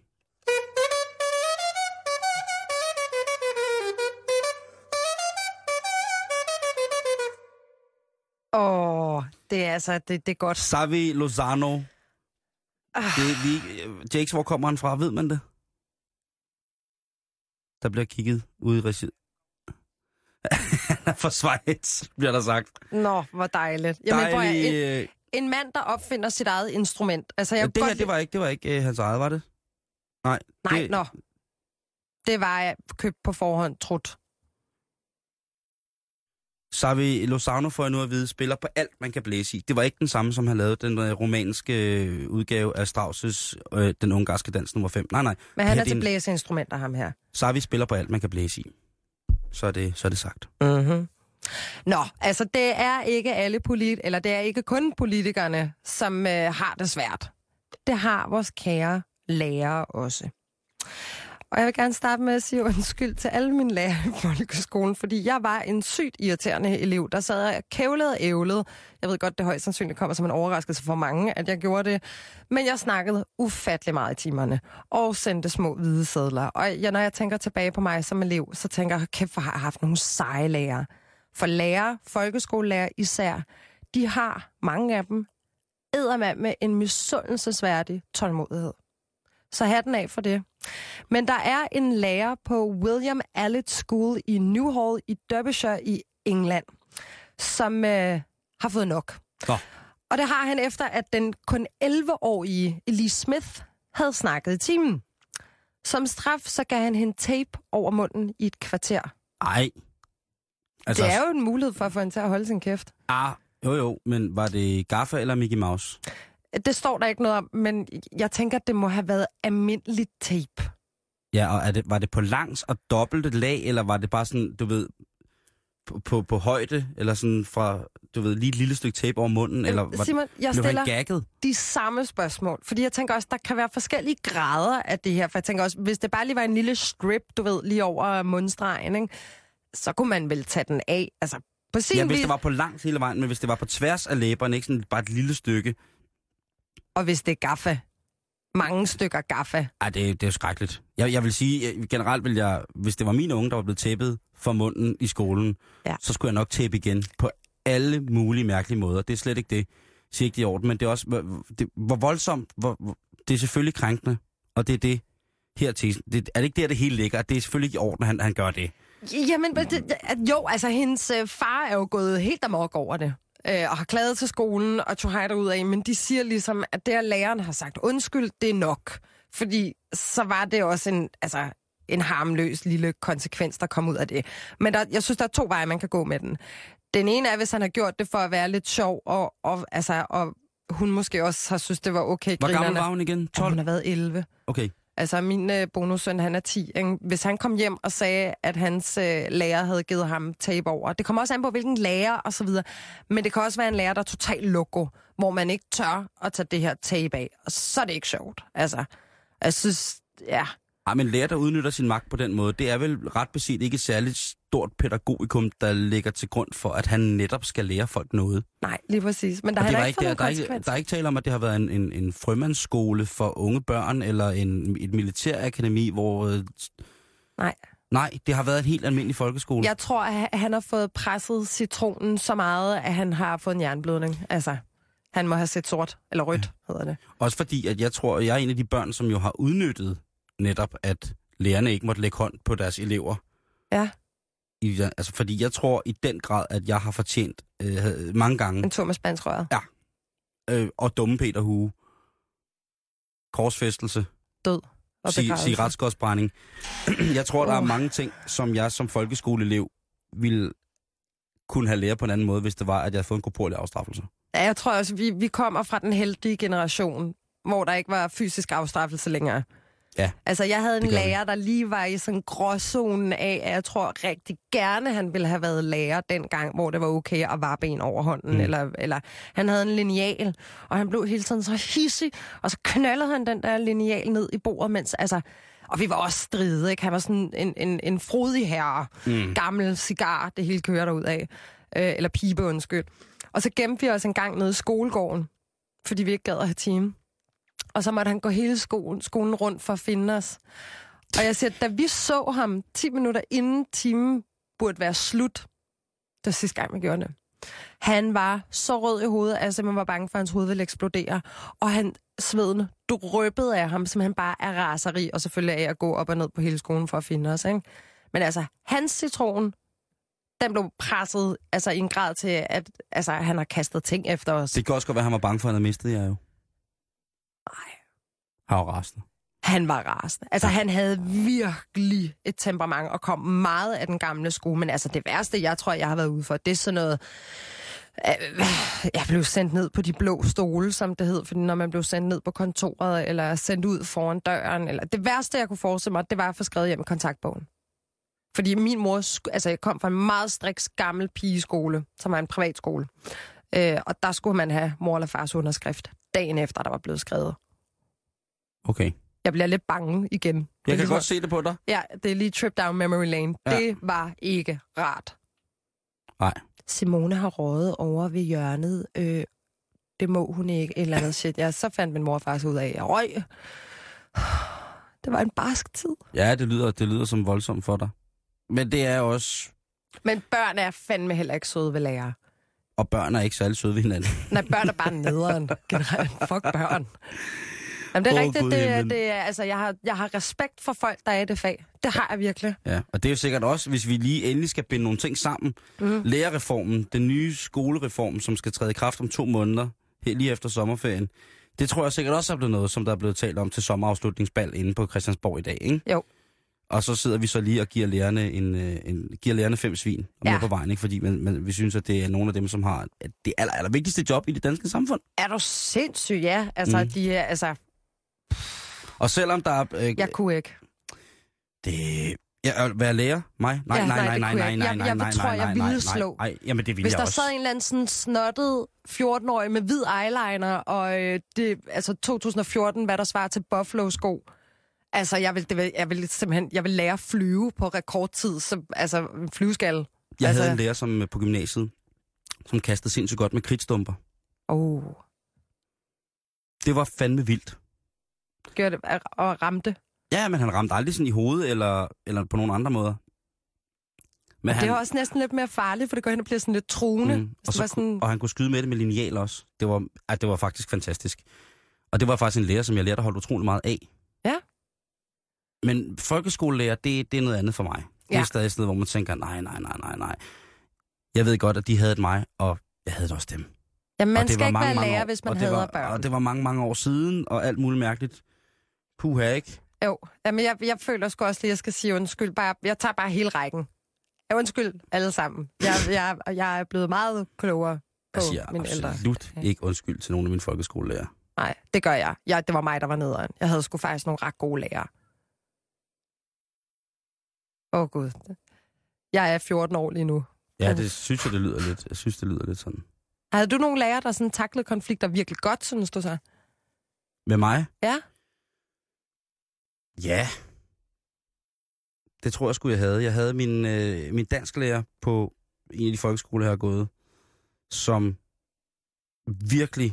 Det er altså, det er godt. Xavi Lozano. Jakes, hvor kommer han fra? Ved man det? Der bliver kigget ude i regi. For Schweiz, bliver der sagt. Nå, hvor dejligt. Jamen, en mand, der opfinder sit eget instrument. Altså, det var ikke hans eget, var det? Nej. Det var købt på forhånd, trudt. Xavi Lozano, får jeg nu at vide, spiller på alt, man kan blæse i. Det var ikke den samme, som han lavede den romanske udgave af Strauss' den ungarske dans nummer 5. Nej. Men han er til blæseinstrumenter, ham her. Xavi spiller på alt, man kan blæse i. Så er det sagt. Mhm. Nå, altså det er ikke det er ikke kun politikerne, som har det svært. Det har vores kære lærere også. Og jeg vil gerne starte med at sige undskyld til alle mine lærere i folkeskolen, fordi jeg var en sygt irriterende elev, der sad og kævlede og ævlede. Jeg ved godt, det højst sandsynligt kommer som en overraskelse for mange, at jeg gjorde det. Men jeg snakkede ufattelig meget i timerne og sendte små hvide sedler. Og når jeg tænker tilbage på mig som elev, så tænker jeg, kæft, hvor har jeg haft nogle seje lærere. For lærere, folkeskolelærer især, de har, mange af dem, eddermand med en misundelsesværdig tålmodighed. Så hatten af for det. Men der er en lærer på William Allett School i Newhall i Derbyshire i England, som har fået nok. Nå. Og det har han efter, at den kun 11-årige Elise Smith havde snakket i timen. Som straf, så gav han hende tape over munden i et kvarter. Ej. Altså, det er jo en mulighed for at få hende til at holde sin kæft. Jo, men var det Gaffa eller Mickey Mouse? Det står der ikke noget om, men jeg tænker, at det må have været almindeligt tape. Ja, og var det på langs og dobbelte lag, eller var det bare sådan, du ved, på højde, eller sådan fra, du ved, lige et lille stykke tape over munden, eller Simon, jeg stiller gagget? De samme spørgsmål, fordi jeg tænker også, der kan være forskellige grader af det her, for jeg tænker også, hvis det bare lige var en lille strip, du ved, lige over mundstregen, ikke? Så kunne man vel tage den af, altså på sin vis. Hvis det var på langs hele vejen, men hvis det var på tværs af læberne, ikke sådan bare et lille stykke. Og hvis det er gaffa. Mange stykker gaffa. Ej, det er jo skrækkeligt. Jeg vil sige, generelt vil jeg, hvis det var mine unge, der var blevet tæppet for munden i skolen, så skulle jeg nok tæppe igen på alle mulige mærkelige måder. Det er slet ikke det. Jeg siger ikke det i orden, men det er også, hvor voldsomt, det er selvfølgelig krænkende, og det er det her til. Er det ikke der, det hele ligger? Det er selvfølgelig ikke i orden, han gør det. Jamen, altså hendes far er jo gået helt amok over det. Og har klaget til skolen og tog hejder ud af, men de siger ligesom, at det, at læreren har sagt undskyld, det er nok. Fordi så var det også en harmløs lille konsekvens, der kom ud af det. Men jeg synes, der er 2 veje, man kan gå med den. Den ene er, hvis han har gjort det for at være lidt sjov og hun måske også har synes, det var okay. Hvor gammel var hun igen? 12? Ja, hun har været 11. Okay. Altså, min bonussøn, han er 10. Ikke? Hvis han kom hjem og sagde, at hans lærer havde givet ham tape over. Det kommer også an på, hvilken lærer og så videre. Men det kan også være en lærer, der er totalt loco, hvor man ikke tør at tage det her tape af. Og så er det ikke sjovt. Altså, jeg synes, ja. Ja, men lærer, der udnytter sin magt på den måde, det er vel ret beset ikke et særligt stort pædagogikum, der ligger til grund for, at han netop skal lære folk noget. Nej, lige præcis. Men der har ikke fået konsekvens. Der er ikke tale om, at det har været en frømandsskole for unge børn, eller et militærakademi, hvor... Nej. Nej, det har været en helt almindelig folkeskole. Jeg tror, at han har fået presset citronen så meget, at han har fået en jernblødning. Altså, han må have set sort, eller rødt, hedder det. Også fordi, at jeg tror, at jeg er en af de børn, som jo har udnyttet netop, at lærerne ikke måtte lægge hånd på deres elever. Ja. Altså, fordi jeg tror i den grad, at jeg har fortjent mange gange... En tur med spanskrøret. Ja. Og dumme Peter Hue. Korsfæstelse. Død. Og cigaretskodsbrænding. Jeg tror, der er mange ting, som jeg som folkeskoleelev ville kunne have lært på en anden måde, hvis det var, at jeg havde fået en korporlig afstraffelse. Ja, jeg tror også, vi kommer fra den heldige generation, hvor der ikke var fysisk afstraffelse længere. Ja, altså, jeg havde en lærer, der lige var i sådan gråzonen af, at jeg tror rigtig gerne, han ville have været lærer dengang, hvor det var okay at varpe en over hånden, eller han havde en lineal, og han blev hele tiden så hissig, og så knaldede han den der lineal ned i bordet, mens, altså, og vi var også stride, ikke? Han var sådan en frodig herre, gammel cigar, det hele kører derud af, eller pibe, undskyld. Og så gemte vi os en gang nede i skolegården, fordi vi ikke gad at have time. Og så måtte han gå hele skolen rundt for at finde os. Og jeg siger, da vi så ham 10 minutter inden timen burde være slut, det var sidste gang, vi gjorde det. Han var så rød i hovedet, at jeg simpelthen var bange for, at hans hoved ville eksplodere. Og han sveden dryppede af ham, som han bare er raseri, og selvfølgelig af at gå op og ned på hele skolen for at finde os. Ikke? Men altså, hans citron, den blev presset altså, i en grad til, at altså, han har kastet ting efter os. Det kan også godt være, at han var bange for, at han havde mistet jer jo. Nej. Han var rasende. Han var rasende. Altså, han havde virkelig et temperament og kom meget af den gamle skole. Men altså, det værste, jeg tror, jeg har været ude for, det er sådan noget... Jeg blev sendt ned på de blå stole, som det hed, fordi når man blev sendt ned på kontoret, eller sendt ud foran døren, eller det værste, jeg kunne forestille mig, det var at få skrevet hjem i kontaktbogen. Fordi min mor, altså jeg kom fra en meget striks gammel pigeskole, som var en privatskole. Og der skulle man have mor eller fars underskrift dagen efter, der var blevet skrevet. Okay. Jeg bliver lidt bange igen. Jeg kan godt se det på dig. Ja, det er lige trip down memory lane. Ja. Det var ikke rart. Nej. Simone har røget over ved hjørnet. Det må hun ikke. Et eller andet shit. Ja, så fandt min mor og far ud af, at jeg røg. Det var en barsk tid. Ja, det lyder som voldsomt for dig. Men det er også... Men børn er fandme heller ikke søde ved lærer. Og børn er ikke særlig søde ved hinanden. Nej, børn er bare nederen. Generelt. Fuck børn. Jamen, det er rigtigt. Det er, altså, jeg har respekt for folk, der er i det fag. Det har jeg virkelig. Ja, og det er jo sikkert også, hvis vi lige endelig skal binde nogle ting sammen. Lærerreformen, den nye skolereform, som skal træde i kraft om 2 måneder, lige efter sommerferien. Det tror jeg sikkert også er blevet noget, som der er blevet talt om til sommerafslutningsbal inde på Christiansborg i dag, ikke? Jo. Og så sidder vi så lige og giver lærerne 5 svin med på vejen, ikke? Fordi vi synes, at det er nogle af dem, som har det aller vigtigste job i det danske samfund. Er du sindssyg, ja? Altså, de er, altså... Og selvom der er... jeg kunne ikke. Det... Være lærer? Mig? Nej. Jeg tror, jeg ville slå. Nej, jamen det ville hvis jeg også. Hvis der sad en eller anden sådan snottet 14-årig med hvid eyeliner, og det, altså 2014, hvad der svarer til Buffalo-sko. Altså, jeg vil lære at flyve på rekordtid, så, altså en flyveskalle. Jeg havde en lærer som på gymnasiet, som kastede sindssygt godt med kridtstumper. Det var fandme vildt. Gjorde det og ramte? Ja, men han ramte aldrig sådan i hovedet, eller på nogle andre måder. Men det er også næsten lidt mere farligt, for det går hen og bliver sådan lidt truende. Og han kunne skyde med det med lineal også. Det var faktisk fantastisk. Og det var faktisk en lærer, som jeg lærte at holde utrolig meget af. Ja. Men folkeskolelærer, det er noget andet for mig. Det er stadig sådan noget, hvor man tænker, nej. Jeg ved godt, at de havde mig, og jeg havde også dem. Ja, man skal ikke være lærer, hvis man hader børn. Og det var mange år siden, og alt muligt mærkeligt. Puha, ikke? Jo, men jeg føler sgu også lige, at jeg skal sige undskyld. Jeg tager bare hele rækken. Undskyld alle sammen. Jeg er blevet meget klogere på mine ældre. Jeg siger absolut ikke undskyld til nogen af mine folkeskolelærer. Nej, det gør jeg. Det var mig, der var nederen. Jeg havde sgu faktisk nogle ret gode lærere. Gud. Jeg er 14 år lige nu. Ja, det synes jeg, det lyder lidt. Jeg synes, det lyder lidt sådan. Havde du nogle lærere, der sådan taklede konflikter virkelig godt, synes du så? Med mig? Ja. Ja. Det tror jeg sgu, jeg havde. Jeg havde min dansklærer på en af de folkeskoler, jeg har gået, som virkelig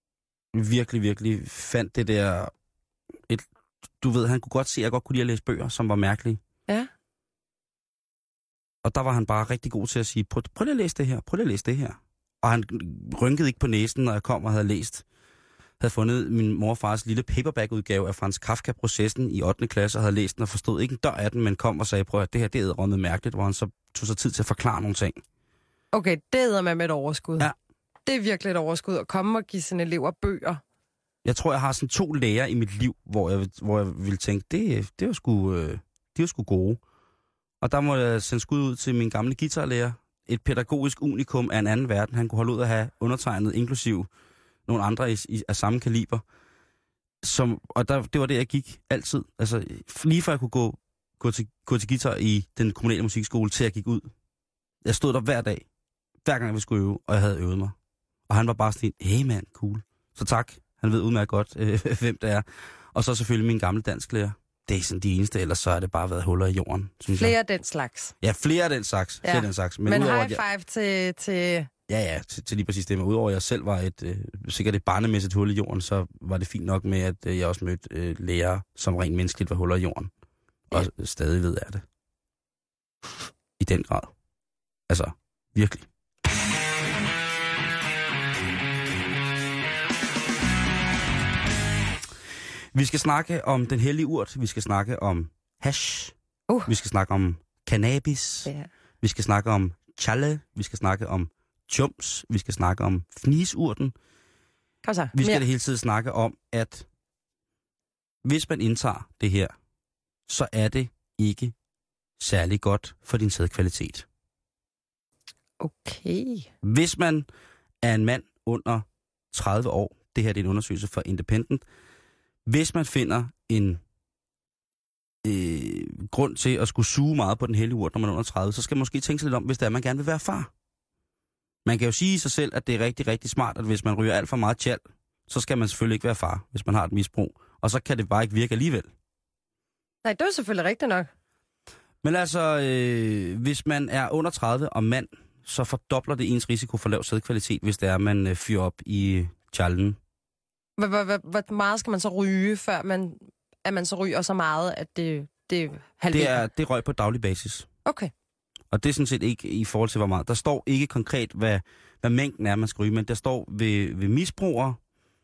fandt det der... Du ved, han kunne godt se, at jeg godt kunne lide at læse bøger, som var mærkelige. Ja. Og der var han bare rigtig god til at sige, prøv lige at læse det her, prøv lige at læse det her. Og han rynkede ikke på næsen, når jeg kom og havde fundet min mor og fars lille paperback-udgave af Franz Kafka-processen i 8. klasse, og havde læst den og forstod ikke en dør af den, men kom og sagde, prøv at det her, det er edderrømmet mærkeligt, hvor han så tog sig tid til at forklare nogle ting. Okay, det æder man med et overskud. Ja. Det er virkelig et overskud at komme og give sine elever bøger. Jeg tror, jeg har sådan 2 lærere i mit liv, hvor jeg ville tænke, det var sgu gode. Og der må jeg sende skud ud til min gamle guitarlærer. Et pædagogisk unikum af en anden verden. Han kunne holde ud at have undertegnet, inklusiv nogle andre af samme kaliber. Det var det, jeg gik altid. Altså, lige før jeg kunne gå til guitar i den kommunale musikskole, til jeg gik ud. Jeg stod der hver dag, hver gang vi skulle øve, og jeg havde øvet mig. Og han var bare sådan, hey man, cool. Så tak. Han ved udmærket godt, hvem det er. Og så selvfølgelig min gamle dansklærer. Det er sådan de eneste, ellers så har det bare været huller i jorden, synes flere jeg. Af den slags. Ja, flere af den slags. Ja. Flere af den slags. Men high five til... Ja, til lige præcis det. Men udover at jeg selv var sikkert et barnemæssigt hul i jorden, så var det fint nok med, at jeg også mødte lærere, som rent menneskeligt var huller i jorden. Og stadig ved jeg det. I den grad. Altså, virkelig. Vi skal snakke om den hellige urt. Vi skal snakke om hash. Vi skal snakke om cannabis. Yeah. Vi skal snakke om challe. Vi skal snakke om chums. Vi skal snakke om fnisurten. Kom så. Vi skal det hele tiden snakke om, at hvis man indtager det her, så er det ikke særlig godt for din sædkvalitet. Okay. Hvis man er en mand under 30 år, det her er en undersøgelse for Independent, hvis man finder en grund til at skulle suge meget på den hellige urt, når man er under 30, så skal man måske tænke sig lidt om, hvis det er, man gerne vil være far. Man kan jo sige i sig selv, at det er rigtig, rigtig smart, at hvis man ryger alt for meget tjal, så skal man selvfølgelig ikke være far, hvis man har et misbrug. Og så kan det bare ikke virke alligevel. Nej, det er selvfølgelig rigtigt nok. Men altså, hvis man er under 30 og mand, så fordobler det ens risiko for lav sædkvalitet, hvis det er, man fyrer op i tjallen. Hvor meget skal man så ryge, før man så ryger så meget, at det halverer? Det er røg på daglig basis. Okay. Og det er sådan set ikke i forhold til, hvor meget. Der står ikke konkret, hvad mængden er, man skal ryge, men der står ved misbrugere,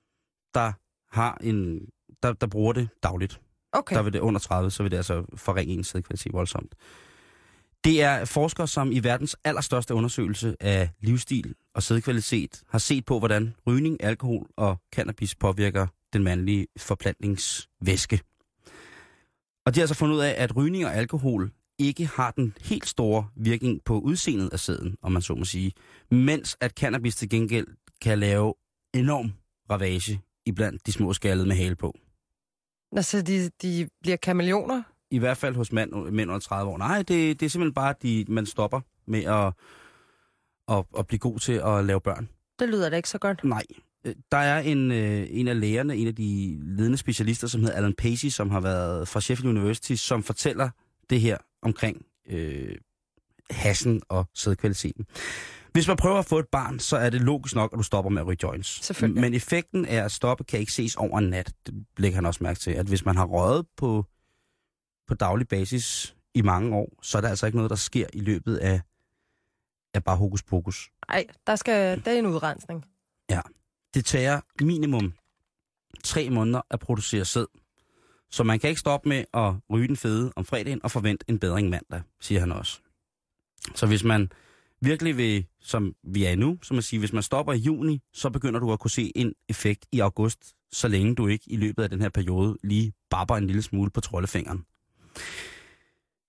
der bruger det dagligt. Okay. Der vil det under 30, så vil det altså forringe ens sædkvalitet voldsomt. Det er forskere, som i verdens allerstørste undersøgelse af livsstil og sædkvalitet har set på, hvordan rygning, alkohol og cannabis påvirker den mandlige forplantningsvæske. Og de har altså fundet ud af, at rygning og alkohol ikke har den helt store virkning på udseendet af sæden, om man så må sige, mens at cannabis til gengæld kan lave enorm ravage iblandt de små skallede med hale på. Så de bliver kameleoner? I hvert fald hos mænd under 30 år. Nej, det er simpelthen bare, at man stopper med at blive god til at lave børn. Det lyder da ikke så godt. Nej. Der er en af lægerne, en af de ledende specialister, som hedder Alan Pacey, som har været fra Sheffield University, som fortæller det her omkring hashen og sædkvaliteten. Hvis man prøver at få et barn, så er det logisk nok, at du stopper med at ryge joints. Selvfølgelig. Men effekten af at stoppe kan ikke ses over en nat. Det lægger han også mærke til, at hvis man har røget på daglig basis i mange år, så er der altså ikke noget, der sker i løbet af bare hokus pokus. Nej, der er en udrensning. Ja. Det tager minimum 3 måneder at producere sæd. Så man kan ikke stoppe med at ryge den fede om fredagen og forvente en bedring mandag, siger han også. Så hvis man virkelig vil, som vi er nu, som man siger, hvis man stopper i juni, så begynder du at kunne se en effekt i august, så længe du ikke i løbet af den her periode lige babber en lille smule på troldefingeren.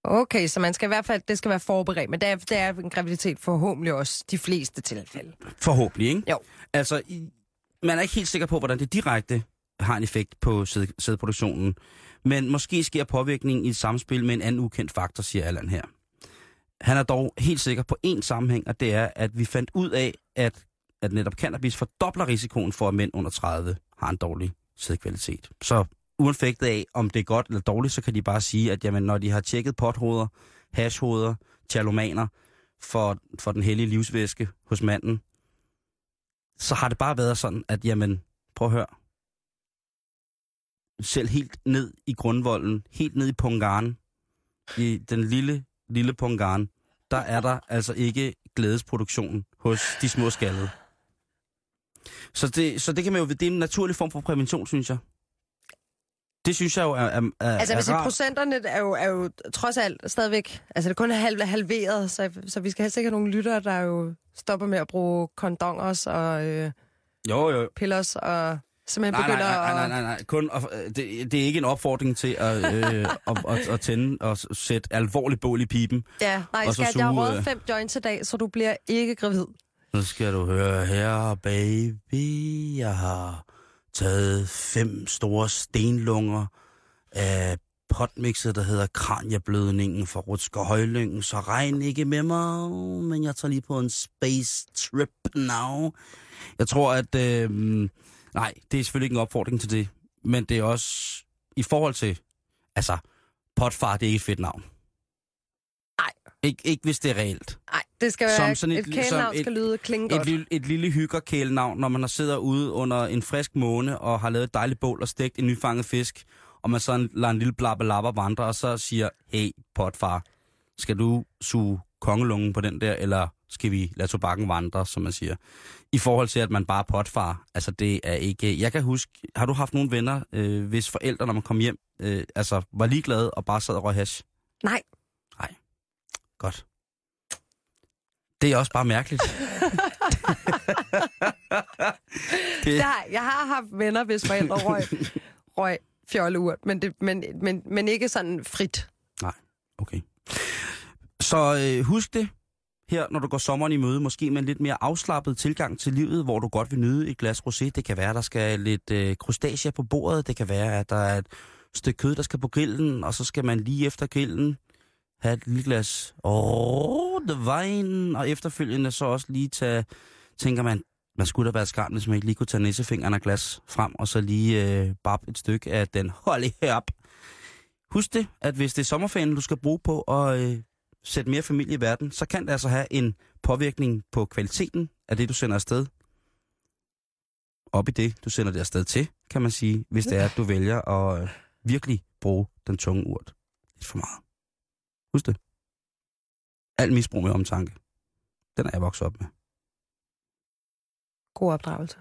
Okay, så man skal i hvert fald, det skal være forberedt, men det er en graviditet forhåbentlig også de fleste tilfælde. Forhåbentlig, ikke? Jo. Altså, man er ikke helt sikker på, hvordan det direkte har en effekt på sædproduktionen, men måske sker påvirkningen i et samspil med en anden ukendt faktor, siger Allan her. Han er dog helt sikker på én sammenhæng, og det er, at vi fandt ud af, at netop cannabis fordobler risikoen for, at mænd under 30 har en dårlig sædkvalitet. Så uanfægtet af, om det er godt eller dårligt, så kan de bare sige, at jamen, når de har tjekket pothoveder, hashhoveder, tjalomaner for den hellige livsvæske hos manden, så har det bare været sådan, at jamen, prøv at høre, selv helt ned i grundvolden, helt ned i pungaren, i den lille pungaren, der er der altså ikke glædesproduktion hos de små skaldede. Så det kan man jo, det er en naturlig form for prævention, synes jeg. Det synes jeg jo er altså, hvis rart. Procenterne er jo trods alt stadigvæk, altså det kun er halveret, så vi skal helst ikke have nogle lyttere, der jo stopper med at bruge kondongers og pillers og simpelthen begynder Nej. Det er ikke en opfordring til at tænde og sætte alvorlig bål i pipen. Ja, nej, skat, jeg har røget 5 joints i dag, så du bliver ikke gravid. Så skal du høre her, baby. Jeg har taget 5 store stenlunger af potmixet, der hedder Kranjeblødningen fra Rutsker Højlyngen. Så regn ikke med mig, men jeg tager lige på en space trip now. Jeg tror, at... nej, det er selvfølgelig ikke en opfordring til det, men det er også i forhold til... Altså, potfar, det er ikke et fedt navn. Nej. Ikke hvis det er reelt. Nej, det skal være et kælenavn skal lyde klinge godt. Et lille hyggerkælenavn, når man sidder ude under en frisk måne og har lavet et dejligt bål og stegt en nyfanget fisk, og man så lader en lille blabber vandre, og så siger, hey, potfar, skal du suge kongelungen på den der, eller skal vi lade tobakken vandre, som man siger. I forhold til, at man bare er potfar, altså det er ikke... Jeg kan huske, har du haft nogle venner, hvis forældre, når man kom hjem, altså var ligeglade og bare sad og røg hash? Nej. Nej. Godt. Det er også bare mærkeligt. Jeg har haft venner, hvis forældre røg fjolleurt, men ikke sådan frit. Nej, okay. Så husk det her, når du går sommeren i møde, måske med en lidt mere afslappet tilgang til livet, hvor du godt vil nyde et glas rosé. Det kan være, at der skal lidt krustasier på bordet. Det kan være, at der er et stykke kød, der skal på grillen, og så skal man lige efter grillen have et lille glas vin, og efterfølgende så også lige tænker man skulle da være skam, hvis man ikke lige kunne tage nissefingeren og glas frem, og så lige bab et stykke af den holde herop. Husk det, at hvis det er sommerferien, du skal bruge på at sætte mere familie i verden, så kan det altså have en påvirkning på kvaliteten af det, du sender afsted. Op i det, du sender det afsted til, kan man sige, hvis det er, at du vælger at virkelig bruge den tunge urt lidt for meget. Husk det. Alt misbrug med omtanke. Den er jeg vokset op med. God opdragelse.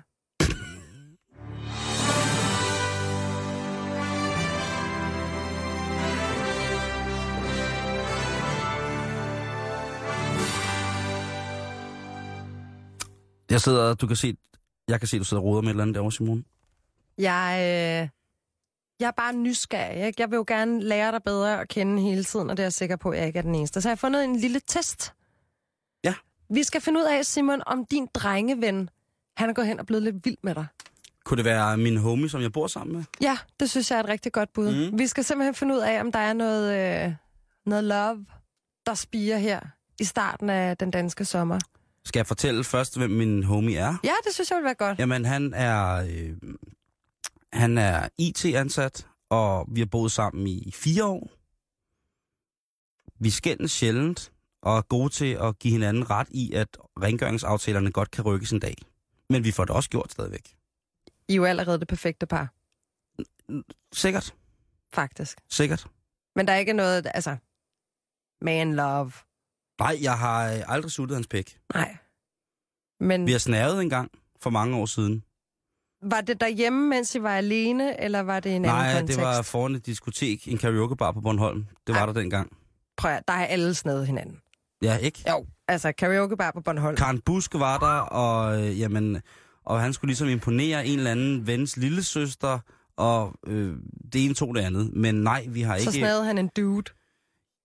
Jeg kan se, du sidder og roder med et eller andet derovre, Simone. Jeg er bare nysgerrig. Ikke? Jeg vil jo gerne lære dig bedre at kende hele tiden, og det er jeg sikker på, at jeg ikke er den eneste. Så jeg har fundet en lille test. Ja. Vi skal finde ud af, Simon, om din drengeven, han er gået hen og blevet lidt vild med dig. Kunne det være min homie, som jeg bor sammen med? Ja, det synes jeg er et rigtig godt bud. Vi skal simpelthen finde ud af, om der er noget love, der spirer her i starten af den danske sommer. Skal jeg fortælle først, hvem min homie er? Ja, det synes jeg vil være godt. Jamen, han er IT-ansat, og vi har boet sammen i 4 år. Vi skændes sjældent, og er gode til at give hinanden ret i, at rengøringsaftalerne godt kan rykkes en dag. Men vi får det også gjort stadigvæk. I er jo allerede det perfekte par. Sikkert. Faktisk. Sikkert. Men der er ikke noget, altså, man love. Nej, jeg har aldrig suttet hans pæk. Nej. Men vi har snævet en gang for mange år siden. Var det derhjemme, mens I var alene, eller var det en anden kontekst? Nej, det var foran et diskotek, en karaokebar på Bornholm. Det var der dengang. Prøv at, der er alle snævet hinanden. Ja, ikke? Jo, altså karaokebar på Bornholm. Karen Busk var der, og han skulle ligesom imponere en eller anden vens lillesøster, og det ene tog det andet. Men nej, vi har ikke... Så snævede han en dude?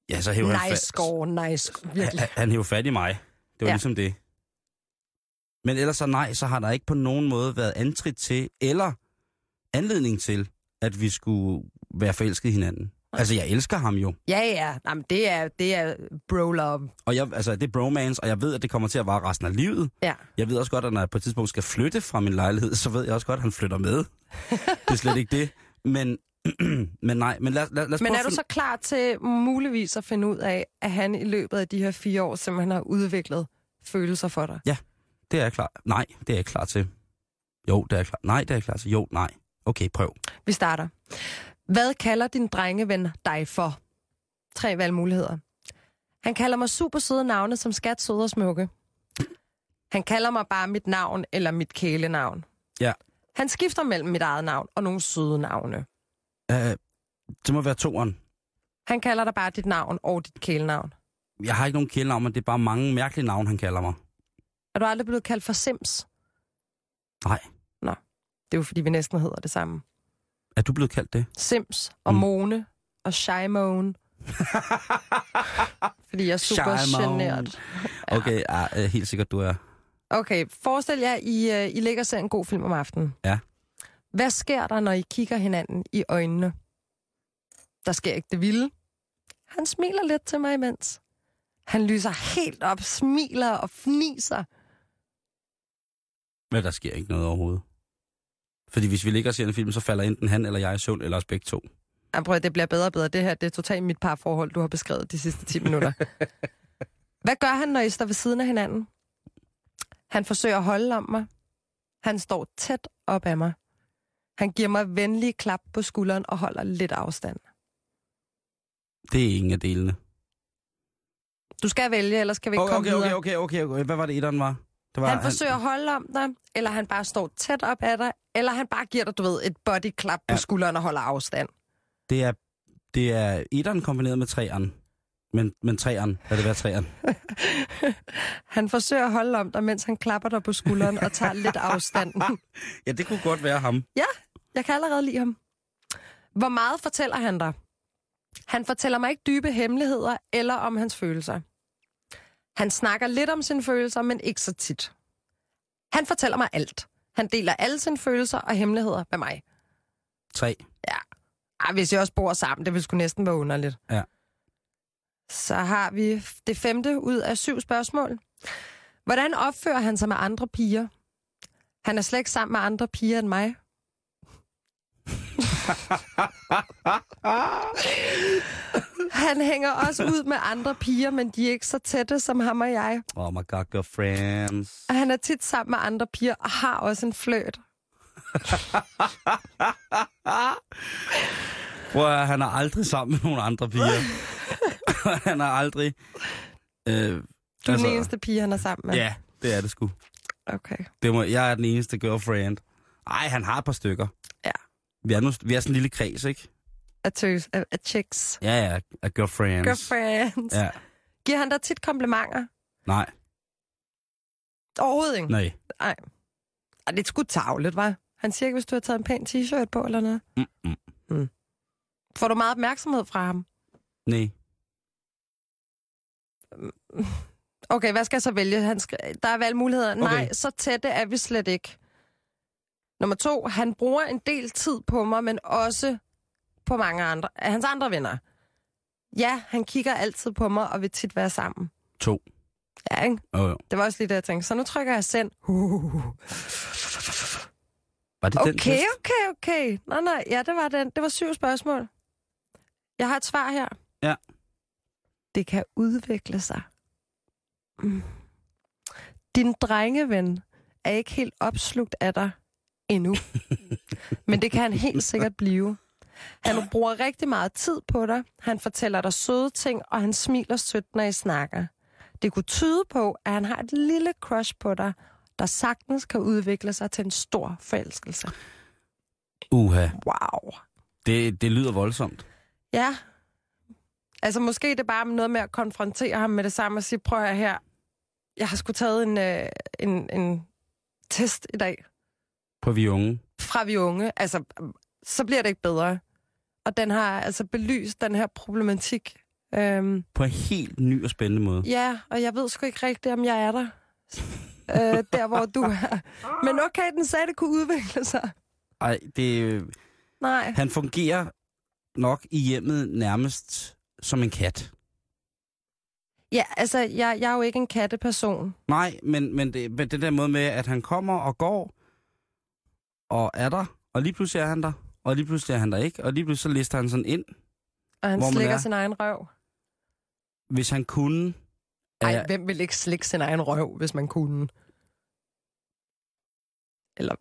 Ja, så hæver han virkelig. Han hæver fat i mig. Det var ligesom det. Men ellers så har der ikke på nogen måde været antrit til, eller anledning til, at vi skulle være forelsket i hinanden. Altså, jeg elsker ham jo. Ja. Jamen, det er bro-love. Og det er bromance, og jeg ved, at det kommer til at vare resten af livet. Ja. Jeg ved også godt, at når jeg på et tidspunkt skal flytte fra min lejlighed, så ved jeg også godt, at han flytter med. Det er slet ikke det. Men nej, men lad os Men er du så klar til muligvis at finde ud af, at han i løbet af de her 4 år simpelthen har udviklet følelser for dig? Ja, det er jeg klar. Nej, det er jeg ikke klar til. Jo, det er jeg klar. Nej, det er jeg klar til. Jo, nej. Okay, prøv. Vi starter. Hvad kalder din drengeven dig for? 3 valgmuligheder. Han kalder mig super søde navne som skat, sød og smukke. Han kalder mig bare mit navn eller mit kælenavn. Ja. Han skifter mellem mit eget navn og nogle søde navne. Det må være 2'eren. Han kalder dig bare dit navn og dit kælenavn. Jeg har ikke nogen kælenavn, men det er bare mange mærkelige navne, han kalder mig. Er du aldrig blevet kaldt for Sims? Nej. Nå, det er jo fordi, vi næsten hedder det samme. Er du blevet kaldt det? Sims og Mone og Shymone. Fordi jeg er super genert. Ja. Okay, helt sikkert du er. Okay, forestil jer, I ligger og ser en god film om aftenen. Ja. Hvad sker der, når I kigger hinanden i øjnene? Der sker ikke det vilde. Han smiler lidt til mig imens. Han lyser helt op, smiler og fniser. Men der sker ikke noget overhovedet. Fordi hvis vi ligger og ser en film, så falder enten han eller jeg i søvn, eller os begge to. Ja, prøv, det bliver bedre og bedre. Det her, det er totalt mit parforhold, du har beskrevet de sidste 10 minutter. Hvad gør han, når I står ved siden af hinanden? Han forsøger at holde om mig. Han står tæt op af mig. Han giver mig venlige klap på skulderen og holder lidt afstand. Det er ingen af delene. Du skal vælge, ellers kan vi ikke komme videre. Okay. Hvad var det, etteren var? Han forsøger at holde om dig, eller han bare står tæt op af dig, eller han bare giver dig, du ved, et bodyklap på skulderen og holder afstand. Det er etteren kombineret med 3'eren. Men 3'eren, hvad det være 3'eren? Han forsøger at holde om dig, mens han klapper dig på skulderen og tager lidt afstand. Ja, det kunne godt være ham. Ja, jeg kan allerede lide ham. Hvor meget fortæller han dig? Han fortæller mig ikke dybe hemmeligheder eller om hans følelser. Han snakker lidt om sine følelser, men ikke så tit. Han fortæller mig alt. Han deler alle sine følelser og hemmeligheder med mig. 3. Ja. Hvis jeg også bor sammen, det ville sgu næsten være underligt. Ja. Så har vi det 5. ud af 7 spørgsmål. Hvordan opfører han sig med andre piger? Han er slet ikke sammen med andre piger end mig. Han hænger også ud med andre piger, men de er ikke så tætte som ham og jeg. Oh my god, good friends. Og han er tit sammen med andre piger og har også en fløjt. Han er aldrig sammen med nogen andre piger. Han er aldrig... Du er den eneste pige, han er sammen med? Ja, det er det sgu. Okay. Jeg er den eneste girlfriend. Ej, han har et par stykker. Ja. Vi er sådan en lille kreds, ikke? Af chicks. Ja, af girlfriends. Girlfriends. Ja. Giver han dig tit komplimenter? Nej. Overhovedet ikke? Nej. Det er sgu tarveligt, hva'? Han siger ikke, hvis du har taget en pæn t-shirt på eller noget? Får du meget opmærksomhed fra ham? Nej. Okay, hvad skal jeg så vælge? Der er valgmuligheder. Okay. Nej, så tætte er vi slet ikke. Nummer 2, han bruger en del tid på mig, men også på mange andre af hans andre venner. Ja, han kigger altid på mig og vil tit være sammen. 2. Ja, ikke? Jo. Det var også lige det, jeg tænkte. Så nu trykker jeg send. Var det den test? Okay. Nej, ja, det var den. Det var 7 spørgsmål. Jeg har et svar her. Ja. Det kan udvikle sig. Din drengeven er ikke helt opslugt af dig endnu. Men det kan han helt sikkert blive. Han bruger rigtig meget tid på dig. Han fortæller dig søde ting, og han smiler sødt, når I snakker. Det kunne tyde på, at han har et lille crush på dig, der sagtens kan udvikle sig til en stor forelskelse. Uha. Wow. Det lyder voldsomt. Ja. Altså måske det er bare noget med at konfrontere ham med det samme og sige, prøv at her, jeg har sgu taget en test i dag. På Vi Unge? Fra Vi Unge. Altså, så bliver det ikke bedre. Og den har altså belyst den her problematik På en helt ny og spændende måde. Ja, og jeg ved sgu ikke rigtigt, om jeg er der. Der, hvor du er. Men okay, den sagde, det kunne udvikle sig. Ej, Nej. Han fungerer nok i hjemmet nærmest som en kat. Ja, altså, jeg er jo ikke en katteperson. Nej, men det der måde med, at han kommer og går, og er der, og lige pludselig er han der, og lige pludselig er han der ikke, og lige pludselig så lister han sådan ind. Og han slikker sin egen røv. Hvis han kunne... Ej, hvem vil ikke slikke sin egen røv, hvis man kunne? Eller...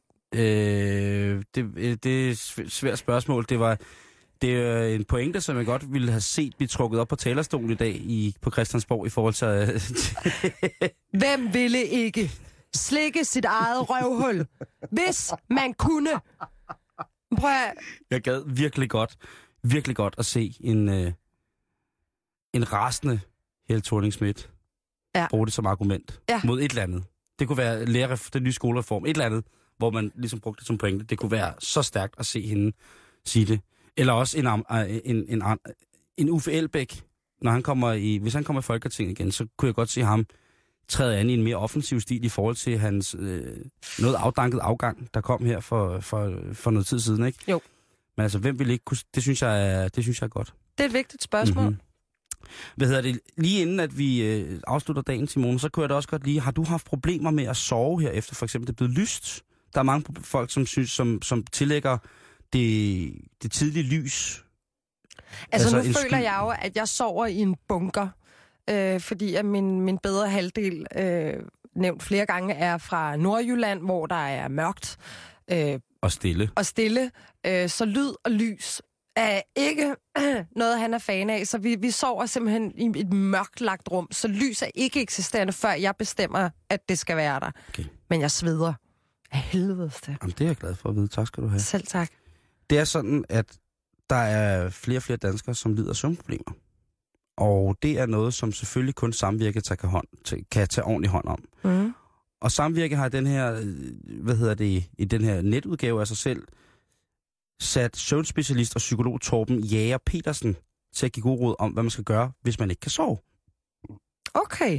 Det er et svært spørgsmål. Det er en pointe, som jeg godt ville have set blive trukket op på talerstolen i dag på Christiansborg i forhold til... Hvem ville ikke slikke sit eget røvhul, hvis man kunne? Prøv at... Jeg gad virkelig godt at se en rasende Helle Thorning-Schmidt bruge det som argument mod et eller andet. Det kunne være den nye skolereform, et eller andet, hvor man ligesom brugte det som pointe. Det kunne være så stærkt at se hende sige det. Eller også en Uffe Elbæk, hvis han kommer i Folketinget igen, så kunne jeg godt se ham træde an i en mere offensiv stil i forhold til hans noget afdanket afgang, der kom her for noget tid siden, ikke? Jo. Men altså, hvem vil ikke kunne... Det synes jeg er godt. Det er et vigtigt spørgsmål. Mm-hmm. Lige inden at vi afslutter dagen, Simone, så kunne jeg da også godt har du haft problemer med at sove her efter for eksempel det er blevet lyst? Der er mange folk, som tillægger det tidlige lys. Altså nu føler jeg jo, at jeg sover i en bunker, fordi at min bedre halvdel, nævnt flere gange, er fra Nordjylland, hvor der er mørkt. Og stille. Så lyd og lys er ikke noget, han er fan af. Så vi sover simpelthen i et mørklagt rum, så lys er ikke eksisterende, før jeg bestemmer, at det skal være der. Okay. Men jeg sveder af helvedes det. Jamen, det er jeg glad for at vide. Tak skal du have. Selv tak. Det er sådan, at der er flere og flere danskere, som lider af søvnproblemer. Og det er noget, som selvfølgelig kun Samvirke kan tage ordentlig hånd om. Mm. Og Samvirke har den her, i den her netudgave af sig selv, sat søvnspecialist og psykolog Torben Jager Petersen til at give god råd om, hvad man skal gøre, hvis man ikke kan sove. Okay.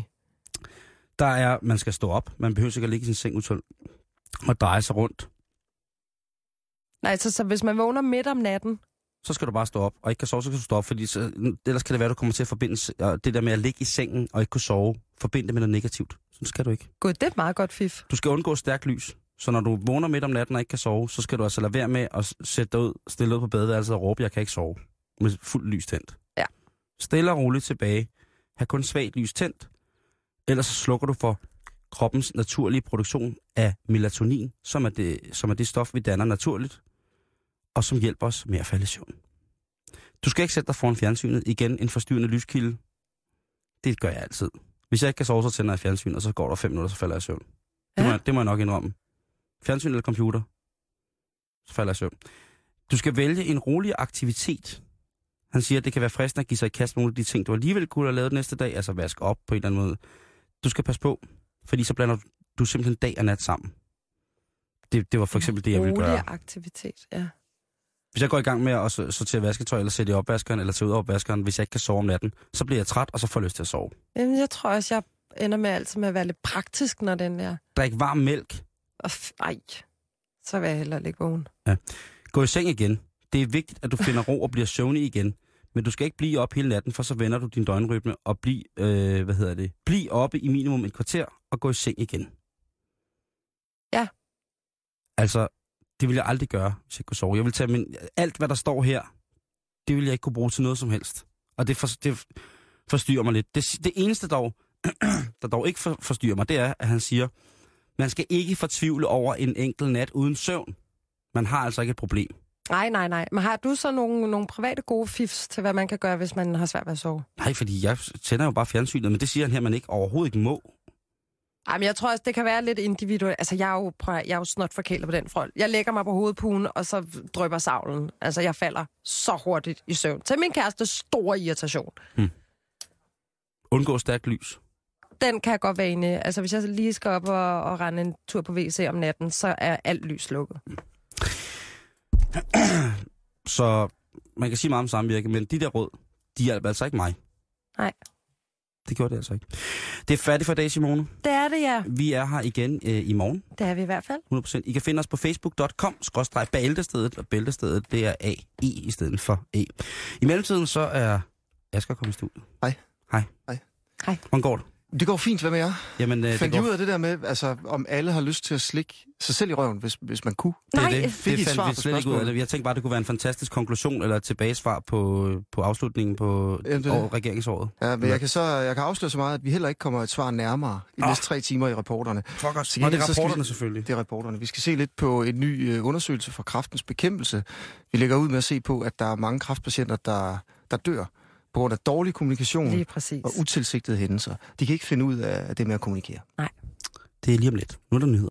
Man skal stå op. Man behøver ikke at ligge i sin seng og dreje sig rundt. Nej, så hvis man vågner midt om natten, så skal du bare stå op, og ikke kan sove, så kan du stå op, fordi ellers kan det være, at du kommer til at forbinde det der med at ligge i sengen og ikke kunne sove, forbinde det med noget negativt. Så skal du ikke. God, det er et meget godt fif. Du skal undgå stærkt lys, så når du vågner midt om natten og ikke kan sove, så skal du altså lade være med at sætte dig ud, stille ud på badeværelset og råbe, jeg kan ikke sove, med fuld lys tændt. Ja. Stille og roligt tilbage. Ha' kun svagt lys tændt, ellers så slukker du for kroppens naturlige produktion af melatonin, som er det stof, vi danner naturligt, og som hjælper os med at falde i søvn. Du skal ikke sætte dig foran fjernsynet. Igen en forstyrrende lyskilde. Det gør jeg altid. Hvis jeg ikke kan sove, så tænder jeg fjernsynet, og så går der 5 minutter, så falder jeg i søvn. Ja. Det må jeg nok indrømme. Fjernsyn eller computer, så falder jeg i søvn. Du skal vælge en rolig aktivitet. Han siger, at det kan være fristende at give sig i kast med nogle af de ting, du alligevel kunne have lavet næste dag, altså vaske op på en eller anden måde. Du skal passe på, fordi så blander du simpelthen dag og nat sammen. Det var for eksempel det, jeg ville gøre. Rolig aktivitet, ja. Hvis jeg går i gang med at sortere vasketøj, eller sætte i opvaskeren, eller tage ud af opvaskeren, hvis jeg ikke kan sove om natten, så bliver jeg træt, og så får jeg lyst til at sove. Jamen, jeg tror også, jeg ender med altid med at være lidt praktisk, når den der... Drik varm mælk. Ej, så vil jeg hellere ligge vågen. Ja. Gå i seng igen. Det er vigtigt, at du finder ro og bliver søvnig igen. Men du skal ikke blive op hele natten, for så vender du din døgnrytme og bliv oppe i minimum et kvarter og gå i seng igen. Ja. Altså, det vil jeg aldrig gøre, hvis jeg kunne sove. Jeg vil tage alt, hvad der står her, det vil jeg ikke kunne bruge til noget som helst. Og det forstyrrer mig lidt. Det eneste der dog ikke forstyrrer mig, det er, at han siger, man skal ikke fortvivle over en enkelt nat uden søvn. Man har altså ikke et problem. Nej. Men har du så nogle private gode fifs til, hvad man kan gøre, hvis man har svært ved at sove? Nej, fordi jeg tænder jo bare fjernsynet, men det siger han her, man ikke overhovedet ikke må. Ej, men jeg tror også, det kan være lidt individuelt. Altså, jeg er jo snot forkælet på den front. Jeg lægger mig på hovedpugen, og så drypper savlen. Altså, jeg falder så hurtigt i søvn. Til min kæreste stor irritation. Undgå stærkt lys. Den kan jeg godt være inde. Altså, hvis jeg lige skal op og rende en tur på WC om natten, så er alt lys lukket. Så man kan sige meget om Samvirke, men de der råd, de hjælper altså ikke mig. Nej. Det gjorde det altså ikke. Det er færdigt for i dag, Simone. Det er det, ja. Vi er her igen i morgen. Det er vi i hvert fald. 100%. I kan finde os på facebook.com/bæltestedet, og bæltestedet, det er A-E i stedet for E. I mellemtiden så er Asger kommet i studiet. Hej. Hej. Hej. Hvordan går det? Det går fint, hvad med jer? Jamen, fandt I ud af det der med, altså, om alle har lyst til at slikke sig selv i røven, hvis man kunne? Nej, det fandt vi slet ikke ud af det. Jeg tænkte bare, det kunne være en fantastisk konklusion eller et tilbagesvar på afslutningen på regeringsåret. Ja, men jeg kan afsløre så meget, at vi heller ikke kommer et svar nærmere i de næste 3 timer i reporterne. Fuck os. Og det er rapporterne selvfølgelig. Det er reporterne. Vi skal se lidt på en ny undersøgelse fra Kræftens Bekæmpelse. Vi lægger ud med at se på, at der er mange kræftpatienter, der dør på grund af dårlig kommunikation og utilsigtede hændelser. De kan ikke finde ud af det med at kommunikere. Nej. Det er lige om lidt. Nu er der nyheder.